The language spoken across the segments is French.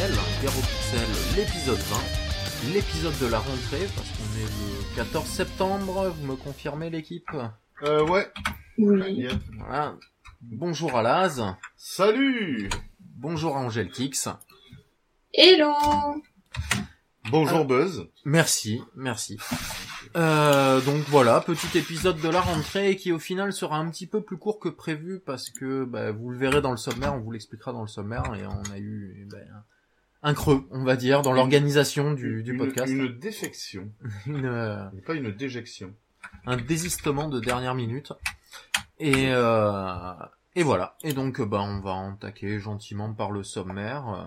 Pixel, Guerre l'épisode 20, l'épisode de la rentrée, parce qu'on est le 14 septembre, vous me confirmez l'équipe? Ouais. Oui. Voilà. Bonjour à Laz. Salut. Bonjour à Angèle Tix. Hello. Bonjour Buzz. Merci. Donc voilà, petit épisode de la rentrée qui au final sera un petit peu plus court que prévu parce que vous le verrez dans le sommaire, on vous l'expliquera dans le sommaire et on a eu un creux, on va dire, dans l'organisation du podcast. Une défection. Pas une déjection. Un désistement de dernière minute. Et voilà. Et donc on va attaquer gentiment par le sommaire.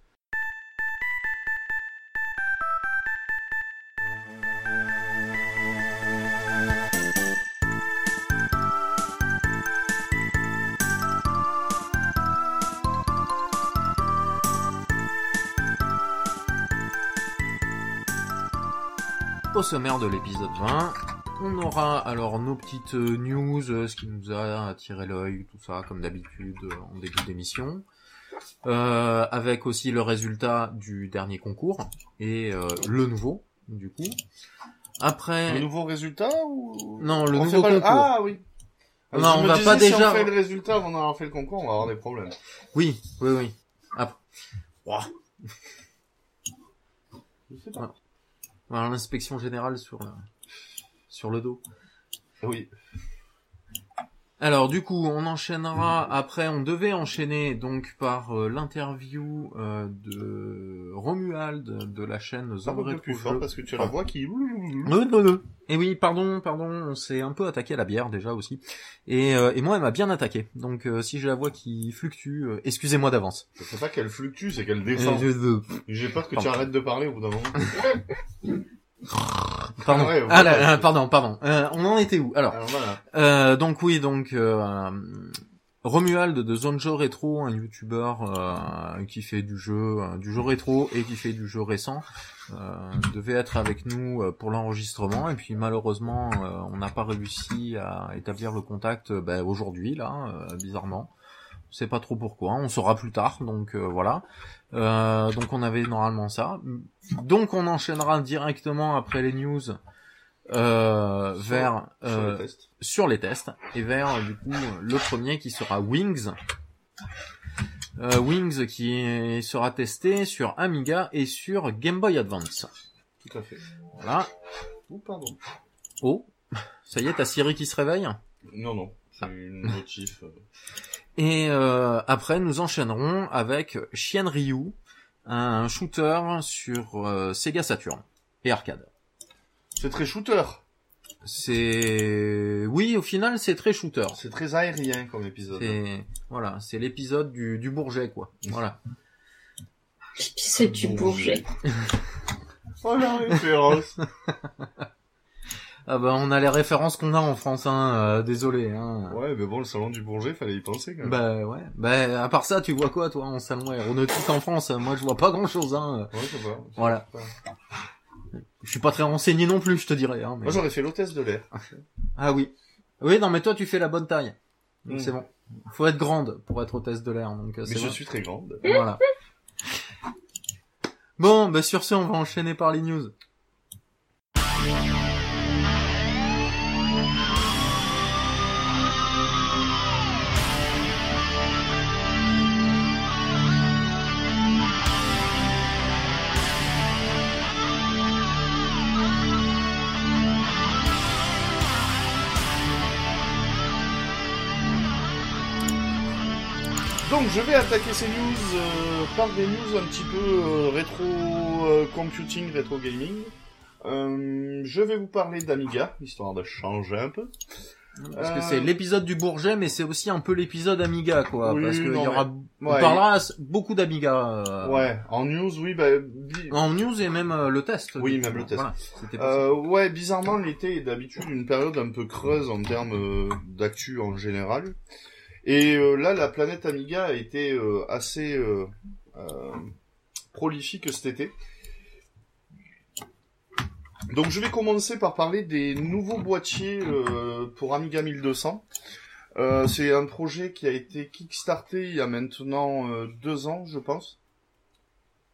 Au sommaire de l'épisode 20, on aura alors nos petites news, ce qui nous a attiré l'œil, tout ça, comme d'habitude, en début d'émission. Avec aussi le résultat du dernier concours, et le nouveau, du coup. Après... Le nouveau résultat ou... Non, le nouveau concours. Ah oui. Non, on va pas déjà... Si on fait le résultat avant d'avoir fait le concours, on va avoir des problèmes. Oui. Après... Wow. Je sais pas. Voilà, l'inspection générale sur le dos. Oui. Alors du coup, on enchaînera. Après, on devait enchaîner donc par l'interview de Romuald de la chaîne Zone Un peu plus fort parce que tu as la voix qui... Et oui, pardon, on s'est un peu attaqué à la bière déjà aussi. Et moi, elle m'a bien attaqué. Donc si j'ai la voix qui fluctue, excusez-moi d'avance. C'est pas qu'elle fluctue, c'est qu'elle descend. J'ai peur que tu arrêtes de parler au bout d'un moment. Pardon. Ouais, pardon. On en était où? Alors voilà. donc Romuald de Zone Jeux Rétro, un youtubeur qui fait du jeu rétro et qui fait du jeu récent, devait être avec nous pour l'enregistrement et puis malheureusement on n'a pas réussi à établir le contact aujourd'hui là, bizarrement. On sait pas trop pourquoi, on saura plus tard, donc voilà. Donc on avait normalement ça. Donc on enchaînera directement après les news vers sur les tests et vers du coup le premier qui sera Wings. Wings qui sera testé sur Amiga et sur Game Boy Advance. Tout à fait. Voilà. Oh pardon. Oh, ça y est, t'as Siri qui se réveille? Non, c'est une motif. Et après, nous enchaînerons avec Shenryu, un shooter sur Sega Saturn et arcade. C'est très shooter. Oui, au final, c'est très shooter. C'est très aérien comme épisode. C'est l'épisode du Bourget, quoi. Voilà. L'épisode du Bourget. Oh la référence. Ah on a les références qu'on a en France, désolé, Ouais, mais bon, le salon du Bourget, fallait y penser, quand même. Ouais. À part ça, tu vois quoi, toi, en salon aéronautique en France? Moi, je vois pas grand chose, Ouais, je sais pas. Voilà. Je suis pas très renseigné non plus, je te dirais, mais... Moi, j'aurais fait l'hôtesse de l'air. Ah oui. Oui, non, mais toi, tu fais la bonne taille. Donc, C'est bon. Faut être grande pour être hôtesse de l'air, donc, mais je suis très grande. Voilà. Bon, sur ce, on va enchaîner par les news. Donc je vais attaquer ces news par des news un petit peu rétro computing, rétro gaming. Je vais vous parler d'Amiga, histoire de changer un peu. Parce que c'est l'épisode du Bourget, mais c'est aussi un peu l'épisode Amiga, quoi. Oui, parce que on ouais, parlera beaucoup d'Amiga. Ouais, en news, oui, en news et même le test. Oui, même le test. Voilà, ouais, bizarrement, l'été est d'habitude une période un peu creuse en termes d'actu en général. Et là, la planète Amiga a été assez prolifique cet été. Donc je vais commencer par parler des nouveaux boîtiers pour Amiga 1200. C'est un projet qui a été kickstarté il y a maintenant 2 ans, je pense.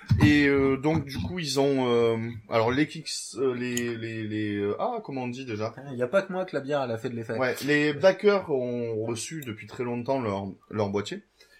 Et donc du coup ils ont alors comment on dit déjà? Il n'y a pas que moi que la bière elle a fait de l'effet. Ouais, les backers ont reçu depuis très longtemps leur boîtier.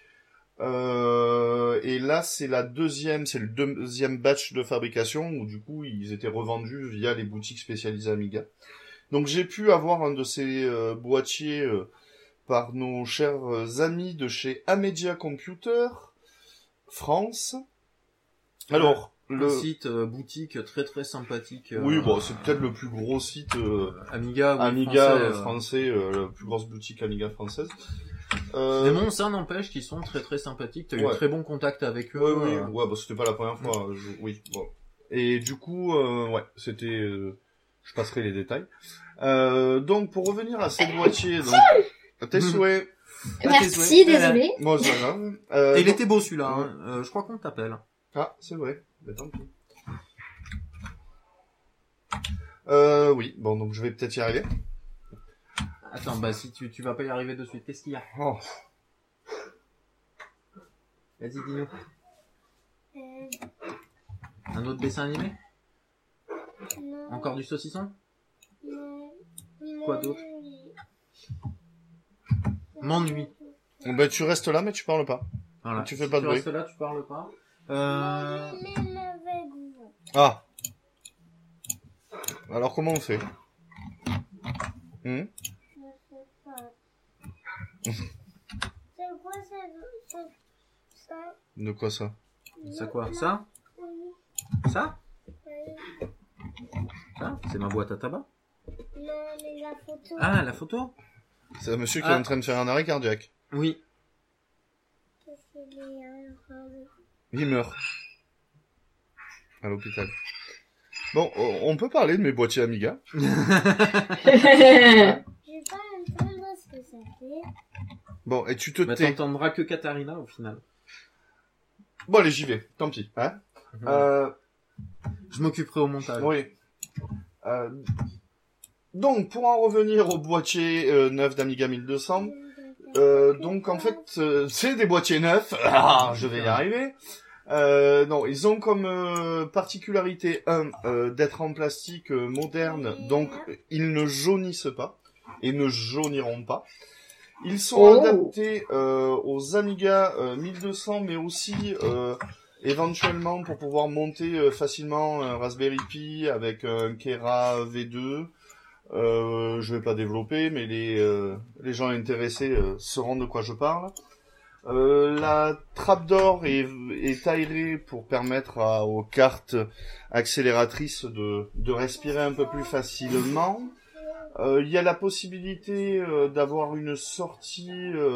Et là c'est le deuxième batch de fabrication où du coup ils étaient revendus via les boutiques spécialisées Amiga. Donc j'ai pu avoir un de ces boîtiers par nos chers amis de chez Amedia Computer France. Alors, le site boutique très très sympathique. Oui, bon, c'est peut-être le plus gros site Amiga français, la plus grosse boutique Amiga française. Mais bon, ça n'empêche qu'ils sont très très sympathiques. T'as eu très bon contact avec eux. Ouais, bah c'était pas la première fois. Oui, bon. Et du coup, c'était. Je passerai les détails. Donc, pour revenir à ces boîtiers, donc, tes souhaits. Merci, désolé. Bon, c'est pas grave. Il était beau celui-là. Hein. Je crois qu'on t'appelle. Ah, c'est vrai. Bah, tant pis. Oui, bon, donc je vais peut-être y arriver. Attends, bah si tu vas pas y arriver de suite, qu'est-ce qu'il y a? Oh. Vas-y, dis-nous. Un autre dessin animé? Non. Encore du saucisson? Non. Quoi d'autre? M'ennuie. Bah, tu restes là, mais tu parles pas. Voilà. Tu fais pas de bruit. Tu restes là, tu parles pas. Ah. Alors, comment on fait? C'est quoi ça? De quoi ça? C'est quoi? Ça? Oui. Ça? Oui. Ça? C'est ma boîte à tabac? Non, mais la photo. Ah, la photo? C'est un monsieur qui est en train de faire un arrêt cardiaque. Oui. Qu'est-ce qu'il y a? Il meurt. À l'hôpital. Bon, on peut parler de mes boîtiers Amiga. Je vais pas entendre ce que ça fait. Bon, et tu te Mais tais. t'entendras que Katharina au final. Bon, allez, j'y vais. Tant pis. Hein Je m'occuperai au montage. Oui. Donc, pour en revenir au boîtier neuf d'Amiga 1200, donc en fait, c'est des boîtiers neufs. Ah, je vais y arriver. Non, ils ont comme particularité d'être en plastique moderne, donc ils ne jaunissent pas et ne jauniront pas. Ils sont adaptés aux Amiga 1200, mais aussi éventuellement pour pouvoir monter facilement un Raspberry Pi avec un Kera V2. Je vais pas développer, mais les gens intéressés sauront de quoi je parle. La trapdoor est aérée pour permettre aux cartes accélératrices de respirer un peu plus facilement. Il y a la possibilité d'avoir une sortie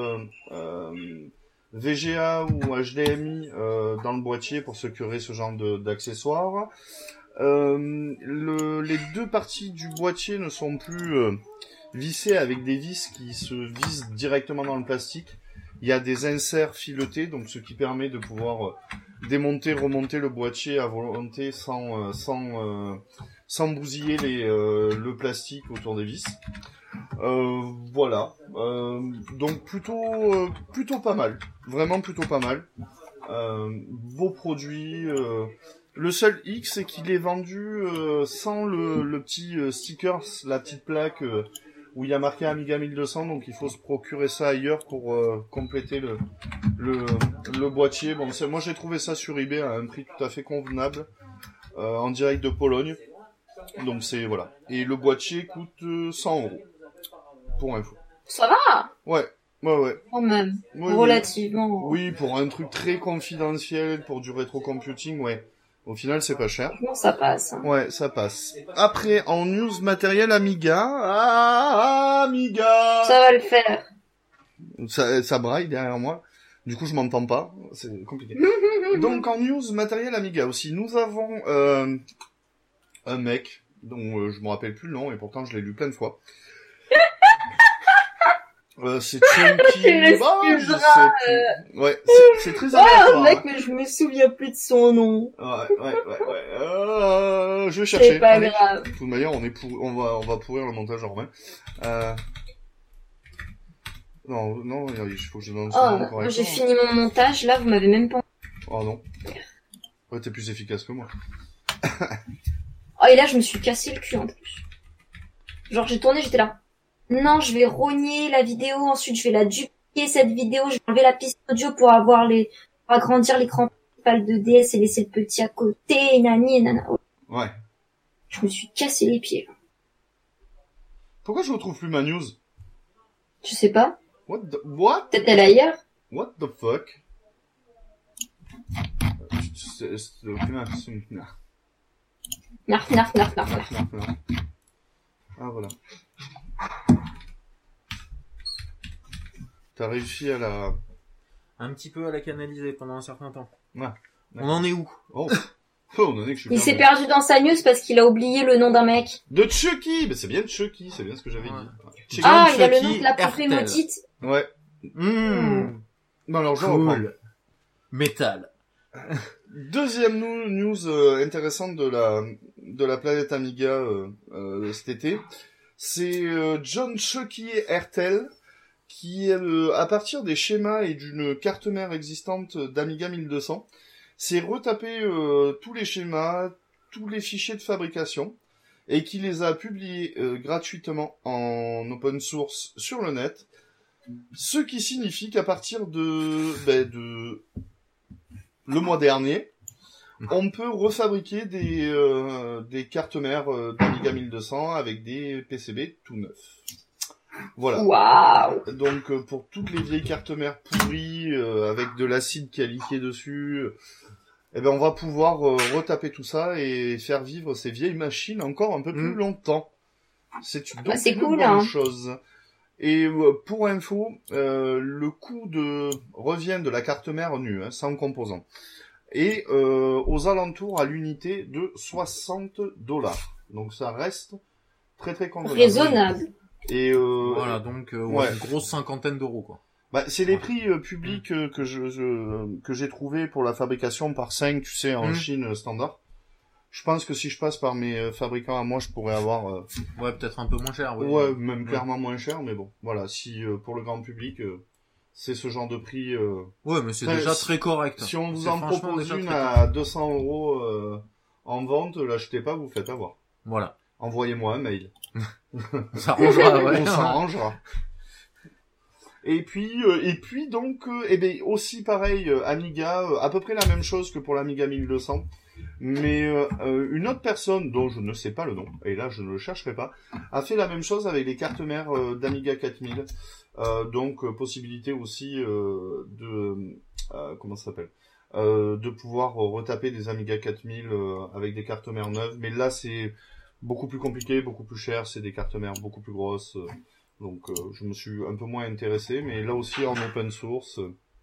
VGA ou HDMI dans le boîtier pour ceux qui auraient ce genre d'accessoires. Les deux parties du boîtier ne sont plus vissées avec des vis qui se vissent directement dans le plastique. Il y a des inserts filetés, donc ce qui permet de pouvoir démonter, remonter le boîtier à volonté sans bousiller le plastique autour des vis. Voilà. Donc plutôt pas mal. Vraiment plutôt pas mal. Beau produit. Le seul X, c'est qu'il est vendu sans le petit sticker, la petite plaque où il y a marqué Amiga 1200, donc il faut se procurer ça ailleurs pour compléter le boîtier. Bon, moi j'ai trouvé ça sur eBay à un prix tout à fait convenable, en direct de Pologne. Donc c'est voilà. Et le boîtier coûte 100 €. Pour info. Ça va? Ouais. Quand même. Oui, relativement. Oui, pour un truc très confidentiel, pour du rétro computing, ouais. Au final, c'est pas cher. Bon, ça passe. Ouais, ça passe. Après, en news matériel Amiga. Amiga! Ça va le faire. Ça braille derrière moi. Du coup, je m'entends pas. C'est compliqué. Donc, en news matériel Amiga aussi, nous avons un mec dont je me rappelle plus le nom et pourtant je l'ai lu plein de fois. C'est Chunky. Je sais plus. Ouais, c'est très aléatoire. mec, mais je me souviens plus de son nom. Ouais. Je vais chercher. C'est pas grave. De toute manière, on va pourrir le montage en Romain. Non, il faut que je donne son nom correctement. J'ai fini mon montage, là, vous m'avez même pas... Oh non. Ouais, t'es plus efficace que moi. Oh, et là, je me suis cassé le cul, en plus. Genre, j'ai tourné, j'étais là. Non, je vais rogner la vidéo, ensuite je vais la dupliquer, cette vidéo, je vais enlever la piste audio pour agrandir l'écran principal de DS et laisser le petit à côté, nani et nana. Ouais. Je me suis cassé les pieds, là. Pourquoi je retrouve plus ma news? Je sais pas. What Peut-être elle est ailleurs. What the fuck? Narf, narf, narf, narf, narf. Ah, voilà. T'as réussi à la... Un petit peu à la canaliser pendant un certain temps. Ouais. On en est où? Oh. On en est que je suis Il s'est perdu dans sa news parce qu'il a oublié le nom d'un mec. De Chucky! Mais c'est bien Chucky, c'est bien ce que j'avais Ouais. dit. Chucky. Ah, John il a le Chucky nom de la poupée Hertel. maudite. Ouais. Non, alors je reprends. Cool. Métal. Deuxième news intéressante de la planète Amiga cet été, c'est John Chucky Hertel qui, à partir des schémas et d'une carte mère existante d'Amiga 1200, s'est retapé tous les schémas, tous les fichiers de fabrication et qui les a publiés gratuitement en open source sur le net, ce qui signifie qu'à partir de le mois dernier, on peut refabriquer des cartes mères d'Amiga 1200 avec des PCB tout neufs. Voilà. Waouh. Donc pour toutes les vieilles cartes mères pourries avec de l'acide qui a liqué dessus, eh ben on va pouvoir retaper tout ça et faire vivre ces vieilles machines encore un peu plus longtemps. C'est une, donc c'est une cool, bonne hein. chose. Et pour info, le coût de revient de la carte mère nue, hein, sans composants, et aux alentours à l'unité de $60. Donc ça reste très très convenable. Raisonnable. Et Voilà, donc ouais. une grosse cinquantaine d'euros, quoi. bah, c'est les prix publics que j'ai trouvé pour la fabrication par 5, tu sais, en Chine standard. Je pense que si je passe par mes fabricants à moi, je pourrais avoir Ouais, peut-être un peu moins cher, ouais. ouais, même clairement moins cher, mais bon, voilà, si pour le grand public c'est ce genre de prix Ouais, mais c'est Enfin, déjà si- très correct. si on vous C'est en franchement propose déjà une très à 200 euros en vente, l'achetez pas, vous faites avoir. Voilà. Envoyez-moi un mail. Ça arrangera, ouais. On s'arrangera. Et puis donc, eh ben aussi pareil, Amiga, à peu près la même chose que pour l'Amiga 1200, mais une autre personne dont je ne sais pas le nom, et là je ne le chercherai pas, a fait la même chose avec les cartes mères d'Amiga 4000. Donc possibilité aussi de comment ça s'appelle, de pouvoir retaper des Amiga 4000 avec des cartes mères neuves, mais là c'est beaucoup plus compliqué, beaucoup plus cher, c'est des cartes mères beaucoup plus grosses. Donc je me suis un peu moins intéressé, mais là aussi en open source.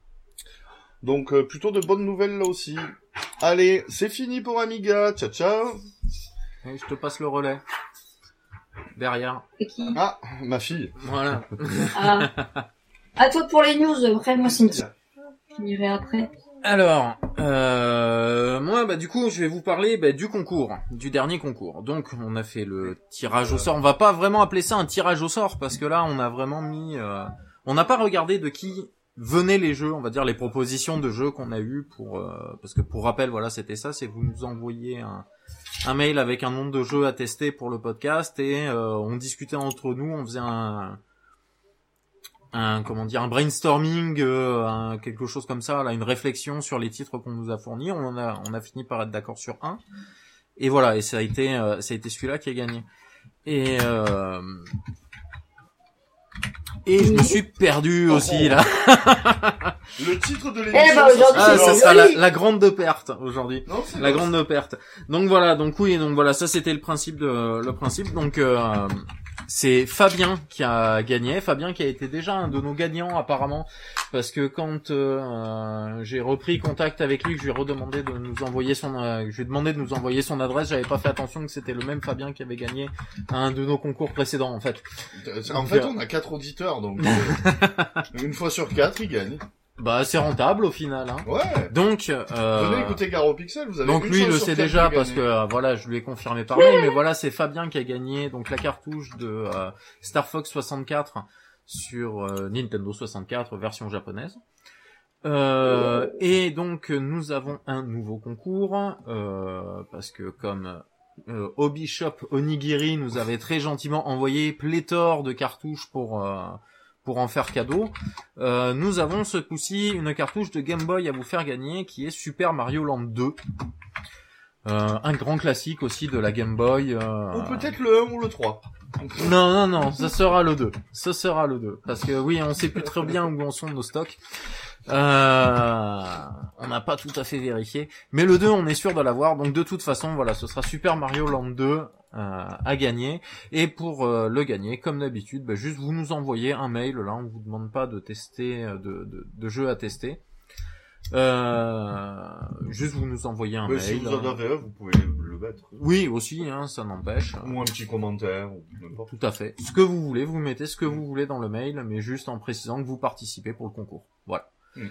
Donc plutôt de bonnes nouvelles là aussi. Allez, c'est fini pour Amiga. Ciao ciao. Et je te passe le relais. Derrière. C'est qui? Ah, ma fille. Voilà. Ah. À toi pour les news, après moi Cynthia. Je finirai après. Alors, moi, bah, du coup, je vais vous parler du concours, du dernier concours. Donc, on a fait le tirage au sort. On va pas vraiment appeler ça un tirage au sort, parce que là, on a vraiment mis... on n'a pas regardé de qui venaient les jeux, on va dire les propositions de jeux qu'on a eues pour... parce que pour rappel, voilà, c'était ça, c'est vous nous envoyez un mail avec un nombre de jeux à tester pour le podcast, et on discutait entre nous, on faisait un brainstorming, quelque chose comme ça, là, une réflexion sur les titres qu'on nous a fournis. On a fini par être d'accord sur un. Et voilà, et ça a été celui-là qui a gagné. Et je me suis perdu aussi, là. Le titre de Eh l'émission. ben, aujourd'hui, Ah, c'est ça sera joli. la grande de perte, aujourd'hui. Non, c'est La pas- grande de perte. Donc voilà, donc voilà, ça c'était le principe. Donc c'est Fabien qui a gagné. Fabien qui a été déjà un de nos gagnants apparemment, parce que quand j'ai repris contact avec lui, que je lui ai redemandé de nous envoyer je lui ai demandé de nous envoyer son adresse, j'avais pas fait attention que c'était le même Fabien qui avait gagné un de nos concours précédents en fait. En fait, on a 4 auditeurs, donc une fois sur 4, ils gagnent. Bah c'est rentable au final. Hein. Ouais. Donc Venez écouter Garo Pixel, vous avez donc une lui il chance le sur sait 4 déjà de parce gagner. que voilà, je lui ai confirmé par mail, mais voilà, c'est Fabien qui a gagné donc la cartouche de Star Fox 64 sur Nintendo 64 version japonaise. Et donc nous avons un nouveau concours parce que comme Hobby Shop Onigiri nous avait très gentiment envoyé pléthore de cartouches pour en faire cadeau, nous avons ce coup-ci une cartouche de Game Boy à vous faire gagner qui est Super Mario Land 2. Un grand classique aussi de la Game Boy. Ou peut-être le 1 ou le 3. Non, ça sera le 2. Ce sera le 2. Parce que oui, on sait plus très bien où en sont nos stocks. On n'a pas tout à fait vérifié. Mais le 2, on est sûr de l'avoir. Donc de toute façon, voilà, ce sera Super Mario Land 2 à gagner. Et pour le gagner, comme d'habitude, juste vous nous envoyez un mail. Là, on vous demande pas de tester, de jeux à tester. Juste vous nous envoyez un mail. Si vous en avez un, vous pouvez le mettre. Oui, aussi, hein, ça n'empêche. Ou un petit commentaire, ou n'importe. Tout à fait. Ce que vous voulez, vous mettez ce que vous voulez dans le mail, mais juste en précisant que vous participez pour le concours. Voilà.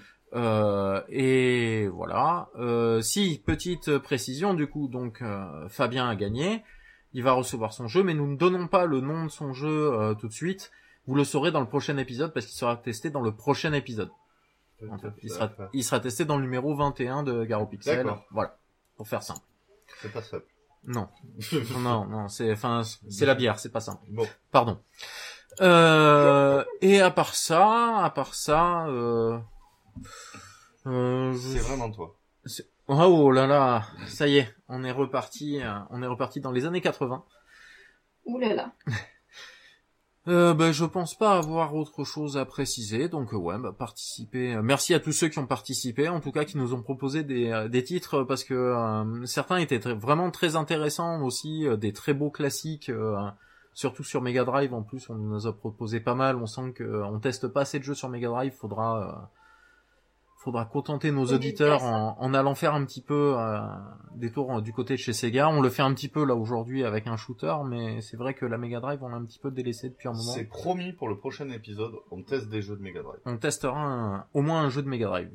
Et voilà. Si, petite précision, du coup, donc Fabien a gagné. Il va recevoir son jeu, mais nous ne donnons pas le nom de son jeu tout de suite. Vous le saurez dans le prochain épisode parce qu'il sera testé dans le prochain épisode. En fait, il sera testé dans le numéro 21 de Garo Pixel. D'accord. Voilà. Pour faire simple. C'est pas simple. Non. non, c'est la bière, c'est pas simple. Bon. Pardon. Et à part ça, c'est vraiment toi. Oh là là, ça y est, on est reparti dans les années 80. Ouh là là. Je pense pas avoir autre chose à préciser, donc participez. Merci à tous ceux qui ont participé, en tout cas qui nous ont proposé des titres, parce que certains étaient vraiment très intéressants aussi, des très beaux classiques, surtout sur Mega Drive. En plus, on nous a proposé pas mal. On sent que on teste pas assez de jeux sur Mega Drive. Faudra contenter nos auditeurs en allant faire un petit peu des tours du côté de chez Sega. On le fait un petit peu là aujourd'hui avec un shooter, mais c'est vrai que la Mega Drive on l'a un petit peu délaissé depuis un moment. C'est promis, pour le prochain épisode, on teste des jeux de Mega Drive. On testera au moins un jeu de Mega Drive.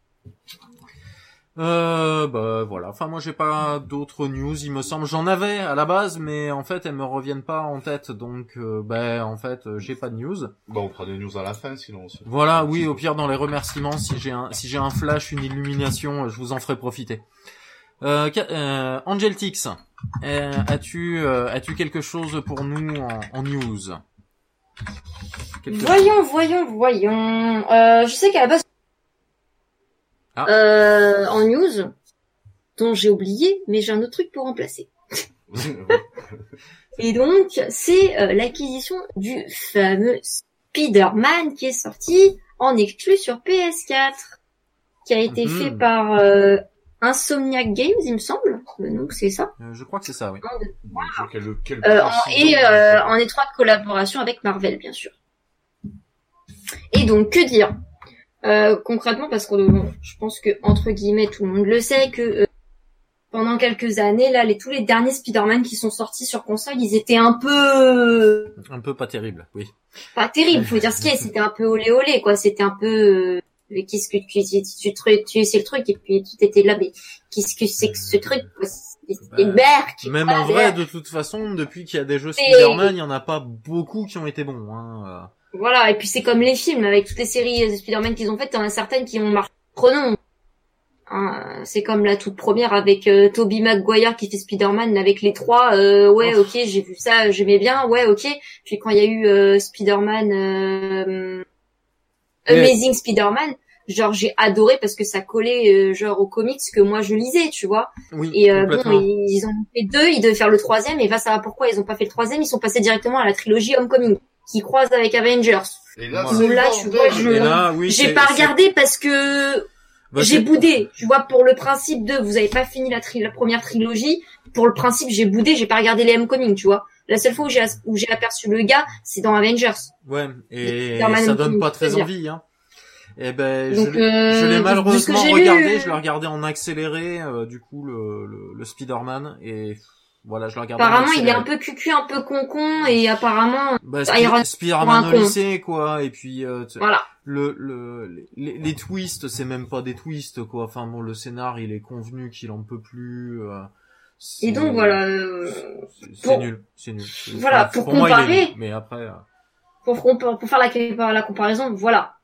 Voilà. Enfin, moi, j'ai pas d'autres news, il me semble. J'en avais à la base, mais en fait, elles me reviennent pas en tête. Donc, en fait, j'ai pas de news. On fera des news à la fin, sinon aussi. Voilà, oui, au pire, dans les remerciements, si j'ai un flash, une illumination, je vous en ferai profiter. Angeltix, as-tu quelque chose pour nous en news? Voyons. Je sais qu'à la base, en news, dont j'ai oublié, mais j'ai un autre truc pour remplacer. Et donc, c'est l'acquisition du fameux Spider-Man qui est sorti en exclu sur PS4, qui a été fait par Insomniac Games, il me semble. Donc c'est ça. Je crois que c'est ça, oui. En étroite collaboration avec Marvel, bien sûr. Et donc, que dire concrètement, parce que je pense que entre guillemets tout le monde le sait que pendant quelques années là, tous les derniers Spider-Man qui sont sortis sur console, ils étaient un peu pas terribles, oui. Pas terrible, faut dire ce qu'il y a, c'était un peu olé olé quoi, c'était un peu qu'est-ce que tu essaies le truc et puis tu t'étais là, mais qu'est-ce que c'est que ce truc quoi, c'était berk. Même en vrai, de toute façon, depuis qu'il y a des jeux Spider-Man, il y en a pas beaucoup qui ont été bons, hein. Voilà, et puis c'est comme les films, avec toutes les séries de Spider-Man qu'ils ont faites, t'en as certaines qui ont marqué pronom. C'est comme la toute première avec Tobey Maguire qui fait Spider-Man avec les trois, ok, j'ai vu ça, j'aimais bien, ouais, ok. Puis quand il y a eu Spider-Man, Amazing Spider-Man, genre j'ai adoré parce que ça collait genre aux comics que moi je lisais, tu vois. Oui, et ils en ont fait 2, ils devaient faire le 3e, et va savoir pourquoi ils ont pas fait le 3e, ils sont passés directement à la trilogie Homecoming qui croise avec Avengers. Et là, tu vois, j'ai pas regardé parce que j'ai boudé. Tu vois, pour le principe de, vous avez pas fini la première trilogie, pour le principe, j'ai boudé, j'ai pas regardé les Homecoming, tu vois. La seule fois où j'ai aperçu le gars, c'est dans Avengers. Ouais, et ça donne pas très envie, hein. Et je l'ai malheureusement regardé, je l'ai regardé en accéléré, du coup, le Spider-Man, et voilà, je l'ai regardé. Apparemment, il est un peu cucu, un peu con, et apparemment, Spider-Man au lycée, quoi, et puis, voilà. Les twists, c'est même pas des twists, quoi. Enfin bon, le scénar, il est convenu qu'il en peut plus, et donc, voilà, c'est nul. Voilà, pour comparer. Nul, mais après, pour faire la comparaison, voilà.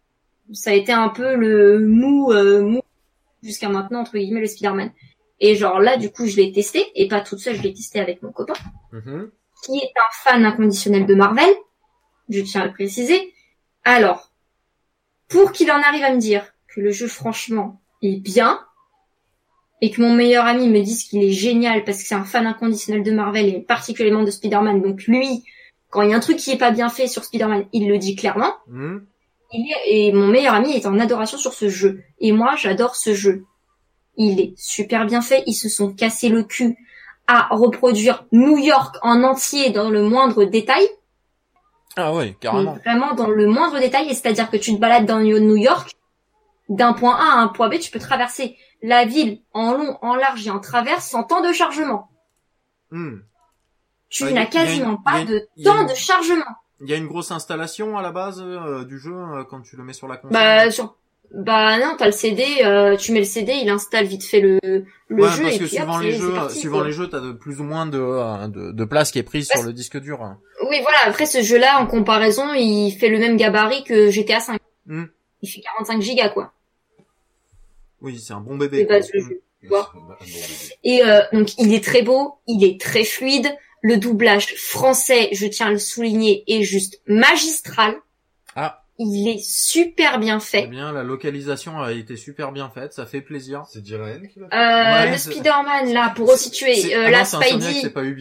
ça a été un peu le mou jusqu'à maintenant entre guillemets le Spider-Man. Et genre là du coup je l'ai testé et pas toute seule, je l'ai testé avec mon copain qui est un fan inconditionnel de Marvel. Je tiens à le préciser. Alors, pour qu'il en arrive à me dire que le jeu franchement est bien et que mon meilleur ami me dise qu'il est génial parce que c'est un fan inconditionnel de Marvel et particulièrement de Spider-Man, donc lui, quand il y a un truc qui est pas bien fait sur Spider-Man, il le dit clairement. Et mon meilleur ami est en adoration sur ce jeu. Et moi, j'adore ce jeu. Il est super bien fait. Ils se sont cassés le cul à reproduire New York en entier dans le moindre détail. Ah ouais, carrément. Et vraiment dans le moindre détail. Et c'est-à-dire que tu te balades dans New York, d'un point A à un point B, tu peux traverser la ville en long, en large et en travers sans temps de chargement. Tu n'as quasiment pas de temps de chargement. Il y a une grosse installation à la base du jeu quand tu le mets sur la console. Bah non, t'as le CD, tu mets le CD, il installe vite fait le jeu parce et que puis suivant les jeux, t'as plus ou moins de place qui est prise sur le disque dur. Oui, voilà. Après ce jeu-là, en comparaison, il fait le même gabarit que GTA 5. Il fait 45 gigas quoi. Oui, c'est un bon bébé. Le jeu, tu vois. Et donc il est très beau, il est très fluide. Le doublage français, je tiens à le souligner, est juste magistral. Ah. Il est super bien fait. Eh bien, la localisation a été super bien faite, ça fait plaisir. C'est Jiren qui l'a fait. Le Spider-Man, là, pour resituer, la Spidey. C'est pas Ubi.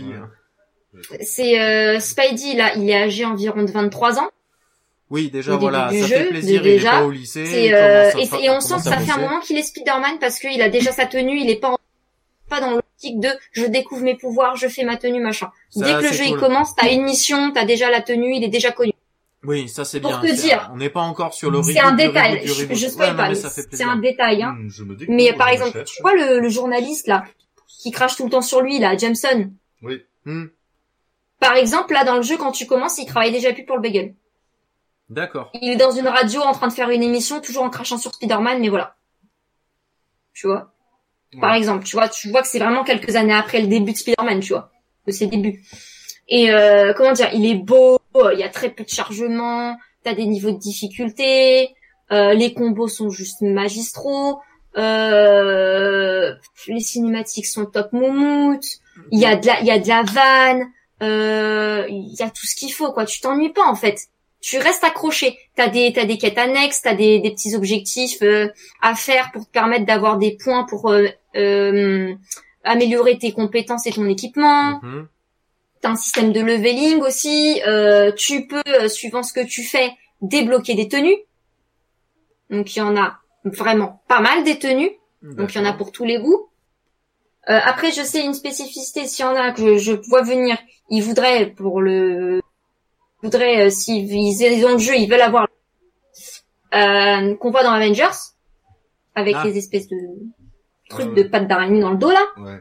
C'est Spidey, là, il est âgé environ de 23 ans. Oui, déjà, voilà, ça fait plaisir, il est pas au lycée. Et on sent que ça fait un moment qu'il est Spider-Man parce qu'il a déjà sa tenue, il est pas dans l'optique de je découvre mes pouvoirs, je fais ma tenue, machin. Dès que le jeu il commence, t'as une mission, t'as déjà la tenue, il est déjà connu. Oui, ça c'est bien. Pour te dire. On n'est pas encore sur le reboot. C'est un détail. Je spoil pas, mais c'est un détail, hein. Mais par exemple, tu vois le journaliste, là, qui crache tout le temps sur lui, là, Jameson. Oui. Par exemple, là, dans le jeu, quand tu commences, il travaille déjà plus pour le Bagel. D'accord. Il est dans une radio en train de faire une émission, toujours en crachant sur Spider-Man, mais voilà. Tu vois? Par exemple, tu vois que c'est vraiment quelques années après le début de Spider-Man, tu vois, de ses débuts. Et comment dire, il est beau, il y a très peu de chargement, t'as des niveaux de difficulté, les combos sont juste magistraux, les cinématiques sont top moumoute, il y a de la vanne, il y a tout ce qu'il faut quoi, tu t'ennuies pas en fait. Tu restes accroché. T'as des quêtes annexes, t'as des petits objectifs à faire pour te permettre d'avoir des points pour améliorer tes compétences et ton équipement. T'as un système de leveling aussi. Tu peux, suivant ce que tu fais, débloquer des tenues. Donc il y en a vraiment pas mal des tenues. Donc il y en a pour tous les goûts. Après, je sais une spécificité, s'il y en a que je vois venir, ils voudraient s'ils ont le jeu, ils veulent avoir qu'on voit dans Avengers avec les espèces de trucs de pattes d'araignée dans le dos là.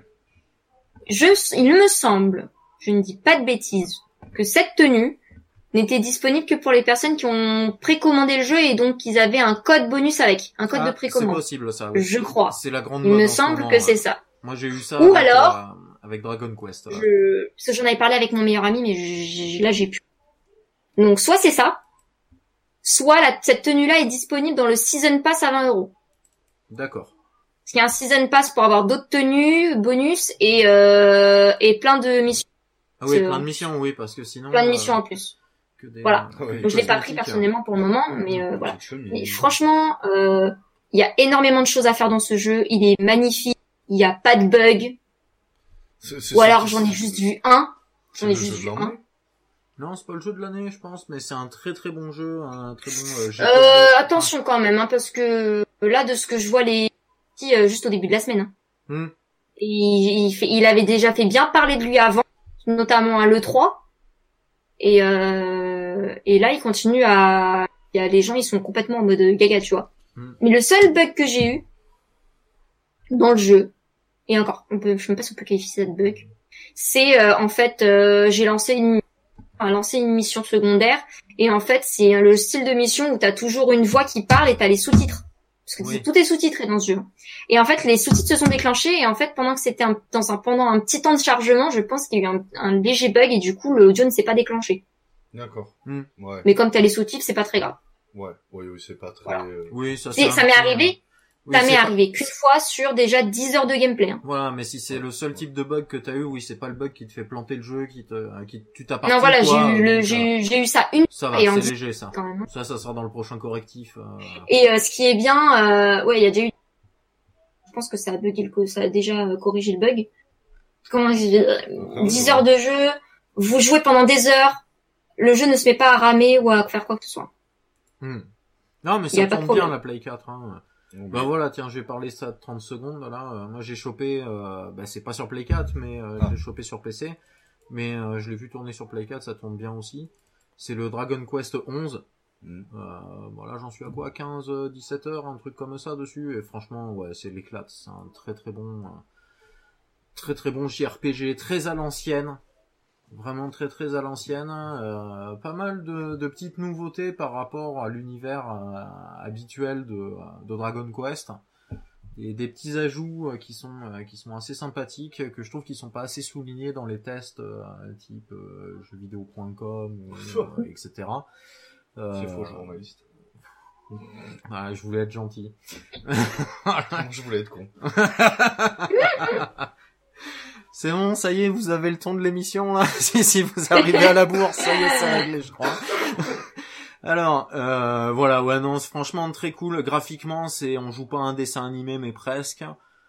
Il me semble, je ne dis pas de bêtises, que cette tenue n'était disponible que pour les personnes qui ont précommandé le jeu et donc ils avaient un code bonus avec, un code de précommande. C'est possible ça. Oui. Je crois. C'est la grande Il mode me en ce semble moment, que c'est ça. Moi j'ai eu ça ou alors avec Dragon Quest. Parce que j'en avais parlé avec mon meilleur ami, mais là j'ai pu. Donc soit c'est ça, soit cette tenue-là est disponible dans le Season Pass à 20€. D'accord. Parce qu'il y a un Season Pass pour avoir d'autres tenues, bonus et plein de missions. Ah oui, plein de missions, oui, parce que sinon... Plein de missions en plus. Voilà. Donc, je l'ai pas pris personnellement pour le moment, mais voilà. Et franchement, il y a énormément de choses à faire dans ce jeu. Il est magnifique. Il y a pas de bugs. Ou alors j'en ai juste vu un. J'en ai juste vu un. Non, c'est pas le jeu de l'année, je pense, mais c'est un très très bon jeu, un très bon attention quand même, hein, parce que là, de ce que je vois les juste au début de la semaine. Hein. Il avait déjà fait bien parler de lui avant, notamment à l'E3. Et là, il continue les gens, ils sont complètement en mode gaga, tu vois. Mais le seul bug que j'ai eu dans le jeu, et encore, je sais même pas si on peut qualifier ça de bug, c'est en fait, j'ai lancé une mission secondaire, et en fait, c'est le style de mission où t'as toujours une voix qui parle et t'as les sous-titres. Parce que tout est sous-titré dans ce jeu. Et en fait, les sous-titres se sont déclenchés, et en fait, pendant que c'était pendant un petit temps de chargement, je pense qu'il y a eu un léger bug, et du coup, l'audio ne s'est pas déclenché. D'accord. Ouais. Mais comme t'as les sous-titres, c'est pas très grave. Ouais, oui, c'est pas très... Voilà. Oui, ça Ça m'est arrivé. Oui, Ça m'est c'est pas- arrivé qu'une fois sur déjà 10 heures de gameplay. Hein. Voilà, mais si c'est le seul type de bug que t'as eu, oui, c'est pas le bug qui te fait planter le jeu, tu t'appartiens. Non, voilà, toi, j'ai eu ça une ça va, et en c'est dit- léger, ça. quand même. Ça sera dans le prochain correctif. Et ce qui est bien, ouais, il y a déjà eu. Je pense que ça a bugué ça a déjà corrigé le bug. Comment 10 heures de jeu, vous jouez pendant des heures, le jeu ne se met pas à ramer ou à faire quoi que ce soit. Non, mais Y a ça pas de tombe bien, problème. la Play 4, hein. Bon, Bah voilà, tiens, je vais parler ça de 30 secondes, là. Moi, j'ai chopé, c'est pas sur Play 4, mais j'ai chopé sur PC. Mais je l'ai vu tourner sur Play 4, ça tourne bien aussi. C'est le Dragon Quest 11. Voilà, j'en suis à quoi 15, 17 heures, un truc comme ça dessus. Et franchement, ouais, c'est l'éclate. C'est un très très bon JRPG, très à l'ancienne. Vraiment très très à l'ancienne. Pas mal de petites nouveautés par rapport à l'univers habituel de Dragon Quest. Et des petits ajouts qui sont assez sympathiques, que je trouve qu'ils sont pas assez soulignés dans les tests type jeuxvideo.com, etc. c'est faux, journaliste. Ah, je voulais être gentil. Je voulais être con. C'est bon, ça y est, vous avez le ton de l'émission, là. Si vous arrivez à la bourse, ça y est, c'est réglé, je crois. Alors, voilà, ouais, non, c'est franchement très cool. Graphiquement, on joue pas un dessin animé, mais presque.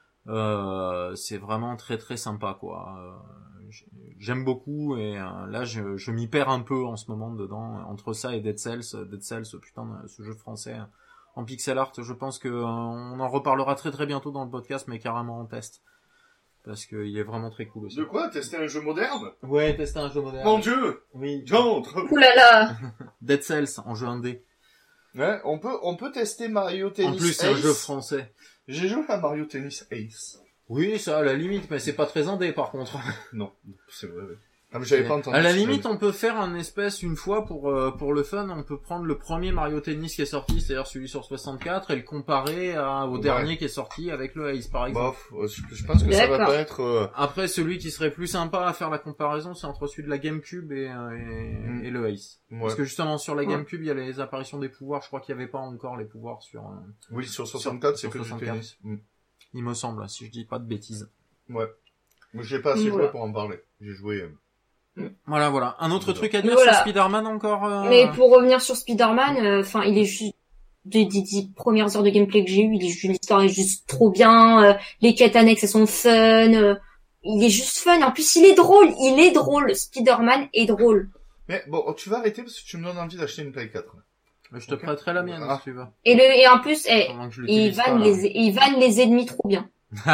C'est vraiment très très sympa, quoi. J'aime beaucoup, et là, je m'y perds un peu en ce moment dedans, entre ça et Dead Cells, putain, ce jeu français en pixel art. Je pense que on en reparlera très très bientôt dans le podcast, mais carrément en test. Parce qu'il est vraiment très cool aussi. De quoi? Tester un jeu moderne? Ouais, tester un jeu moderne. Mon Dieu! Oui. J'entre! Ouh là là. Dead Cells en jeu indé. Ouais, on peut tester Mario Tennis En plus, c'est Ace. un jeu français. J'ai joué à Mario Tennis Ace. Oui, ça à la limite, mais c'est pas très indé par contre. Non, c'est vrai. Ah, mais j'avais pas entendu. À la ça. limite, on peut faire un espèce une fois pour le fun, on peut prendre le premier Mario Tennis qui est sorti, c'est-à-dire celui sur 64, et le comparer au dernier qui est sorti avec le Ace par exemple. Bof, je pense que ça va D'accord. pas être... Après, celui qui serait plus sympa à faire la comparaison, c'est entre celui de la GameCube et le Ace. Ouais. Parce que justement, sur la GameCube, il y a les apparitions des pouvoirs, je crois qu'il y avait pas encore les pouvoirs sur... Oui, sur 64, c'est sur que du 64. tennis. Il me semble, si je dis pas de bêtises. Ouais. Moi, j'ai pas assez Voilà. joué pour en parler. J'ai joué... Voilà. Un autre truc à dire Voilà. sur Spider-Man encore Mais pour revenir sur Spider-Man, enfin, il est juste des 10 premières heures de gameplay que j'ai eu, l'histoire est juste trop bien, les quêtes annexes elles sont fun, il est juste fun. En plus, il est drôle. Spider-Man est drôle. Mais bon, tu vas arrêter parce que tu me donnes envie d'acheter une Play 4. Je te prêterai la mienne Ah. si tu veux. Et en plus, Pendant que je il l'utilise pas, vanne les ennemis trop bien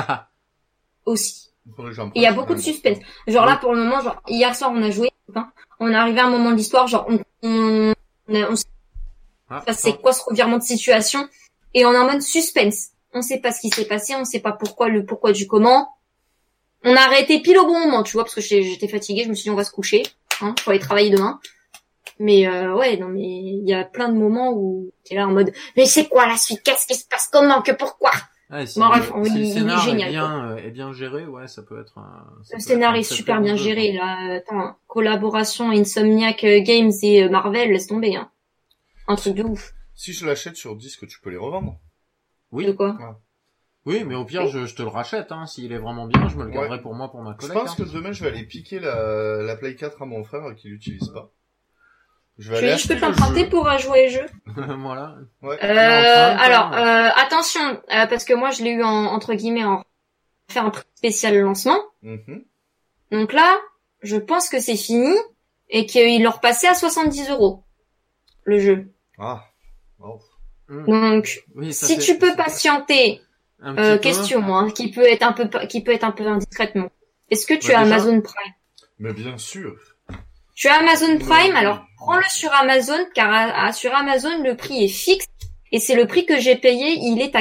aussi. Faudrait que j'en Et il y a prenne. beaucoup de suspense. Genre là, pour le moment, genre, hier soir, on a joué, on est arrivé à un moment de l'histoire, genre, on sait pas c'est quoi ce revirement de situation, et on est en mode suspense. On sait pas ce qui s'est passé, on sait pas pourquoi du comment. On a arrêté pile au bon moment, tu vois, parce que j'étais fatiguée, je me suis dit, on va se coucher, faut aller travailler demain. Mais, ouais, non, mais il y a plein de moments où t'es là en mode, mais c'est quoi la suite? Qu'est-ce qui se passe? Comment? Que pourquoi? Ouais, si Bon, bref, si il le est scénar génial, est bien géré, ouais, ça peut être Le scénar est super bien géré, là. Attends, collaboration Insomniac Games et Marvel, laisse tomber, hein. Un truc de ouf. Si je l'achète sur disque, tu peux les revendre. Oui. De quoi? Oui, mais au pire, je te le rachète, hein. S'il est vraiment bien, je me le garderai pour moi, pour ma Je collègue. pense que demain, je vais aller piquer la Play 4 à mon frère qui l'utilise pas. Je vais aller Je acheter peux le t'emprunter jeu. pour jouer au jeu. Voilà. Ouais. Alors, attention, parce que moi, je l'ai eu entre guillemets, fait un prix spécial lancement. Mhm. Donc là, je pense que c'est fini et qu'ils l'ont repassé à 70 €, le jeu. Ah. Oh. Donc, Oui, ça si fait- tu peux patienter, un petit peu. question, hein, qui peut être un peu indiscrètement. Est-ce que tu Bah, as déjà- Amazon Prime? Mais bien sûr. Tu as Amazon Prime, Oui. alors prends-le sur Amazon, car sur Amazon, le prix est fixe, et c'est le prix que j'ai payé, il est à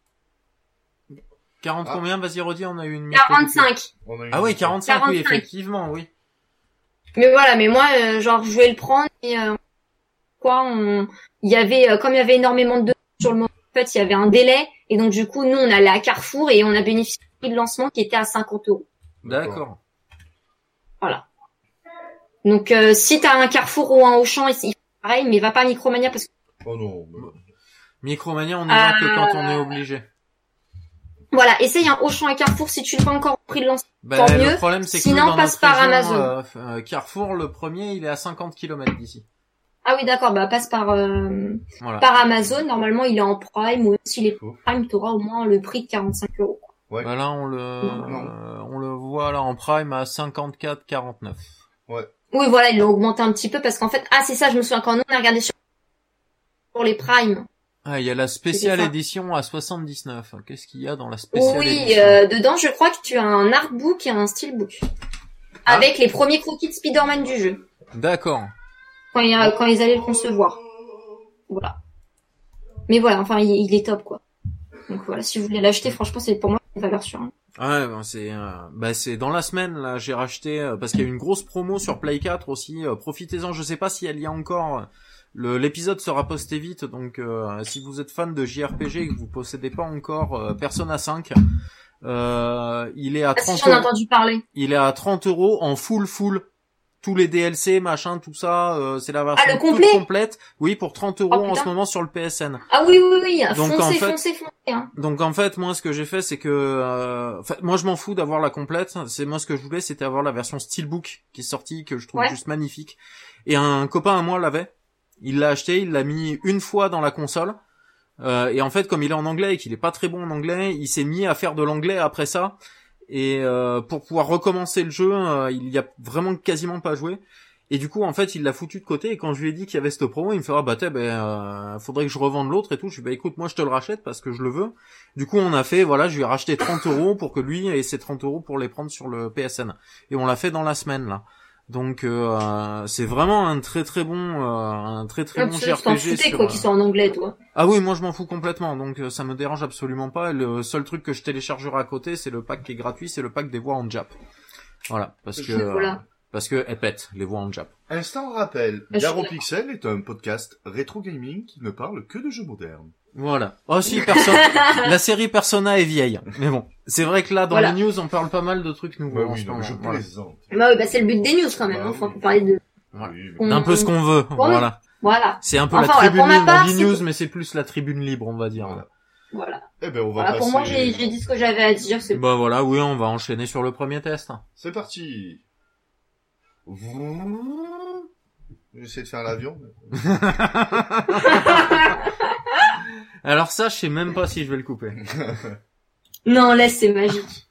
40 Ah. combien? Vas-y, redis, on a eu une... 45. On a eu Ah oui, 45, oui, 45. effectivement, oui. Mais voilà, mais moi, genre, je vais le prendre, et il y avait, comme il y avait énormément de sur le moment, en fait, il y avait un délai, et donc du coup, nous, on allait à Carrefour, et on a bénéficié du prix de lancement qui était à 50 €. D'accord. Voilà. Donc, si t'as un Carrefour ou un Auchan, c'est pareil, mais va pas à Micromania parce que Oh non. Micromania, on y va que quand on est obligé. Voilà, essaye un Auchan et Carrefour si tu l'as pas encore pris de lancement. Ben, Tant le mieux. problème, c'est que Sinon, nous, dans passe notre par région, Amazon. Carrefour, le premier, il est à 50 km d'ici. Ah oui, d'accord, bah passe par Voilà. par Amazon. Normalement, il est en Prime, ou s'il est Prime, t'auras au moins le prix de 45 €. Ouais. Bah là, on le voit là en Prime à 54,49. Ouais. Oui, voilà, ils l'ont augmenté un petit peu parce qu'en fait, c'est ça, je me souviens quand nous on a regardé sur pour les Prime. Ah, il y a la spéciale C'était ça. édition à 79. Qu'est-ce qu'il y a dans la spéciale Oui, édition? dedans, je crois que tu as un artbook et un steelbook. Avec les premiers croquis de Spider-Man du jeu. D'accord. Quand ils allaient le concevoir. Voilà. Mais voilà, enfin, il est top, quoi. Donc voilà, si vous voulez l'acheter, franchement, c'est pour moi une valeur sûre. Ouais, c'est dans la semaine là, j'ai racheté parce qu'il y a eu une grosse promo sur Play 4 aussi. Profitez-en, je sais pas si elle y a encore. L'épisode sera posté vite, donc si vous êtes fan de JRPG et que vous possédez pas encore Persona 5, il est à 30 si j'en ai entendu parler. Il est à 30 € en full. Tous les DLC, machin, tout ça, c'est la version le toute complet complète. Oui, pour 30 € en ce moment sur le PSN. Ah oui, Donc, foncez, hein. Donc en fait, moi ce que j'ai fait, c'est que moi je m'en fous d'avoir la complète. C'est moi ce que je voulais, c'était avoir la version Steelbook qui est sortie, que je trouve juste magnifique. Et un copain à moi l'avait. Il l'a acheté, il l'a mis une fois dans la console. Et en fait, comme il est en anglais et qu'il est pas très bon en anglais, il s'est mis à faire de l'anglais après ça. Et pour pouvoir recommencer le jeu, il y a vraiment quasiment pas joué. Et du coup, en fait, il l'a foutu de côté. Et quand je lui ai dit qu'il y avait cette promo, il me fait faudrait que je revende l'autre et tout. Je lui ai dit écoute, moi je te le rachète parce que je le veux. Du coup, on a fait je lui ai racheté 30 € pour que lui ait ses 30 € pour les prendre sur le PSN. Et on l'a fait dans la semaine là. Donc c'est vraiment un très très bon bon JRPG. T'en foutais quoi qu'ils soient en anglais, toi. Ah oui, moi je m'en fous complètement, donc ça me dérange absolument pas. Le seul truc que je téléchargerai à côté, c'est le pack qui est gratuit, c'est le pack des voix en Jap. Voilà, parce que elles pètent les voix en Jap. Instant rappel, Garo Pixel est un podcast rétro gaming qui ne parle que de jeux modernes. Voilà. Oh si, la série Persona est vieille, mais bon, c'est vrai que là dans les news on parle pas mal de trucs nouveaux. Oui, non, je plaisante. C'est le but des news quand même, faut parler de. Voilà. D'un peu ce qu'on veut, voilà. Voilà. C'est un peu la tribune libre, on dit news, mais c'est plus la tribune libre, on va dire. Voilà. Eh ben, on va passer... Pour moi, j'ai dit ce que j'avais à dire, c'est Bah voilà, oui, on va enchaîner sur le premier test. C'est parti. J'essaie de faire l'avion. Alors ça, je sais même pas si je vais le couper. Non, laisse, c'est magique.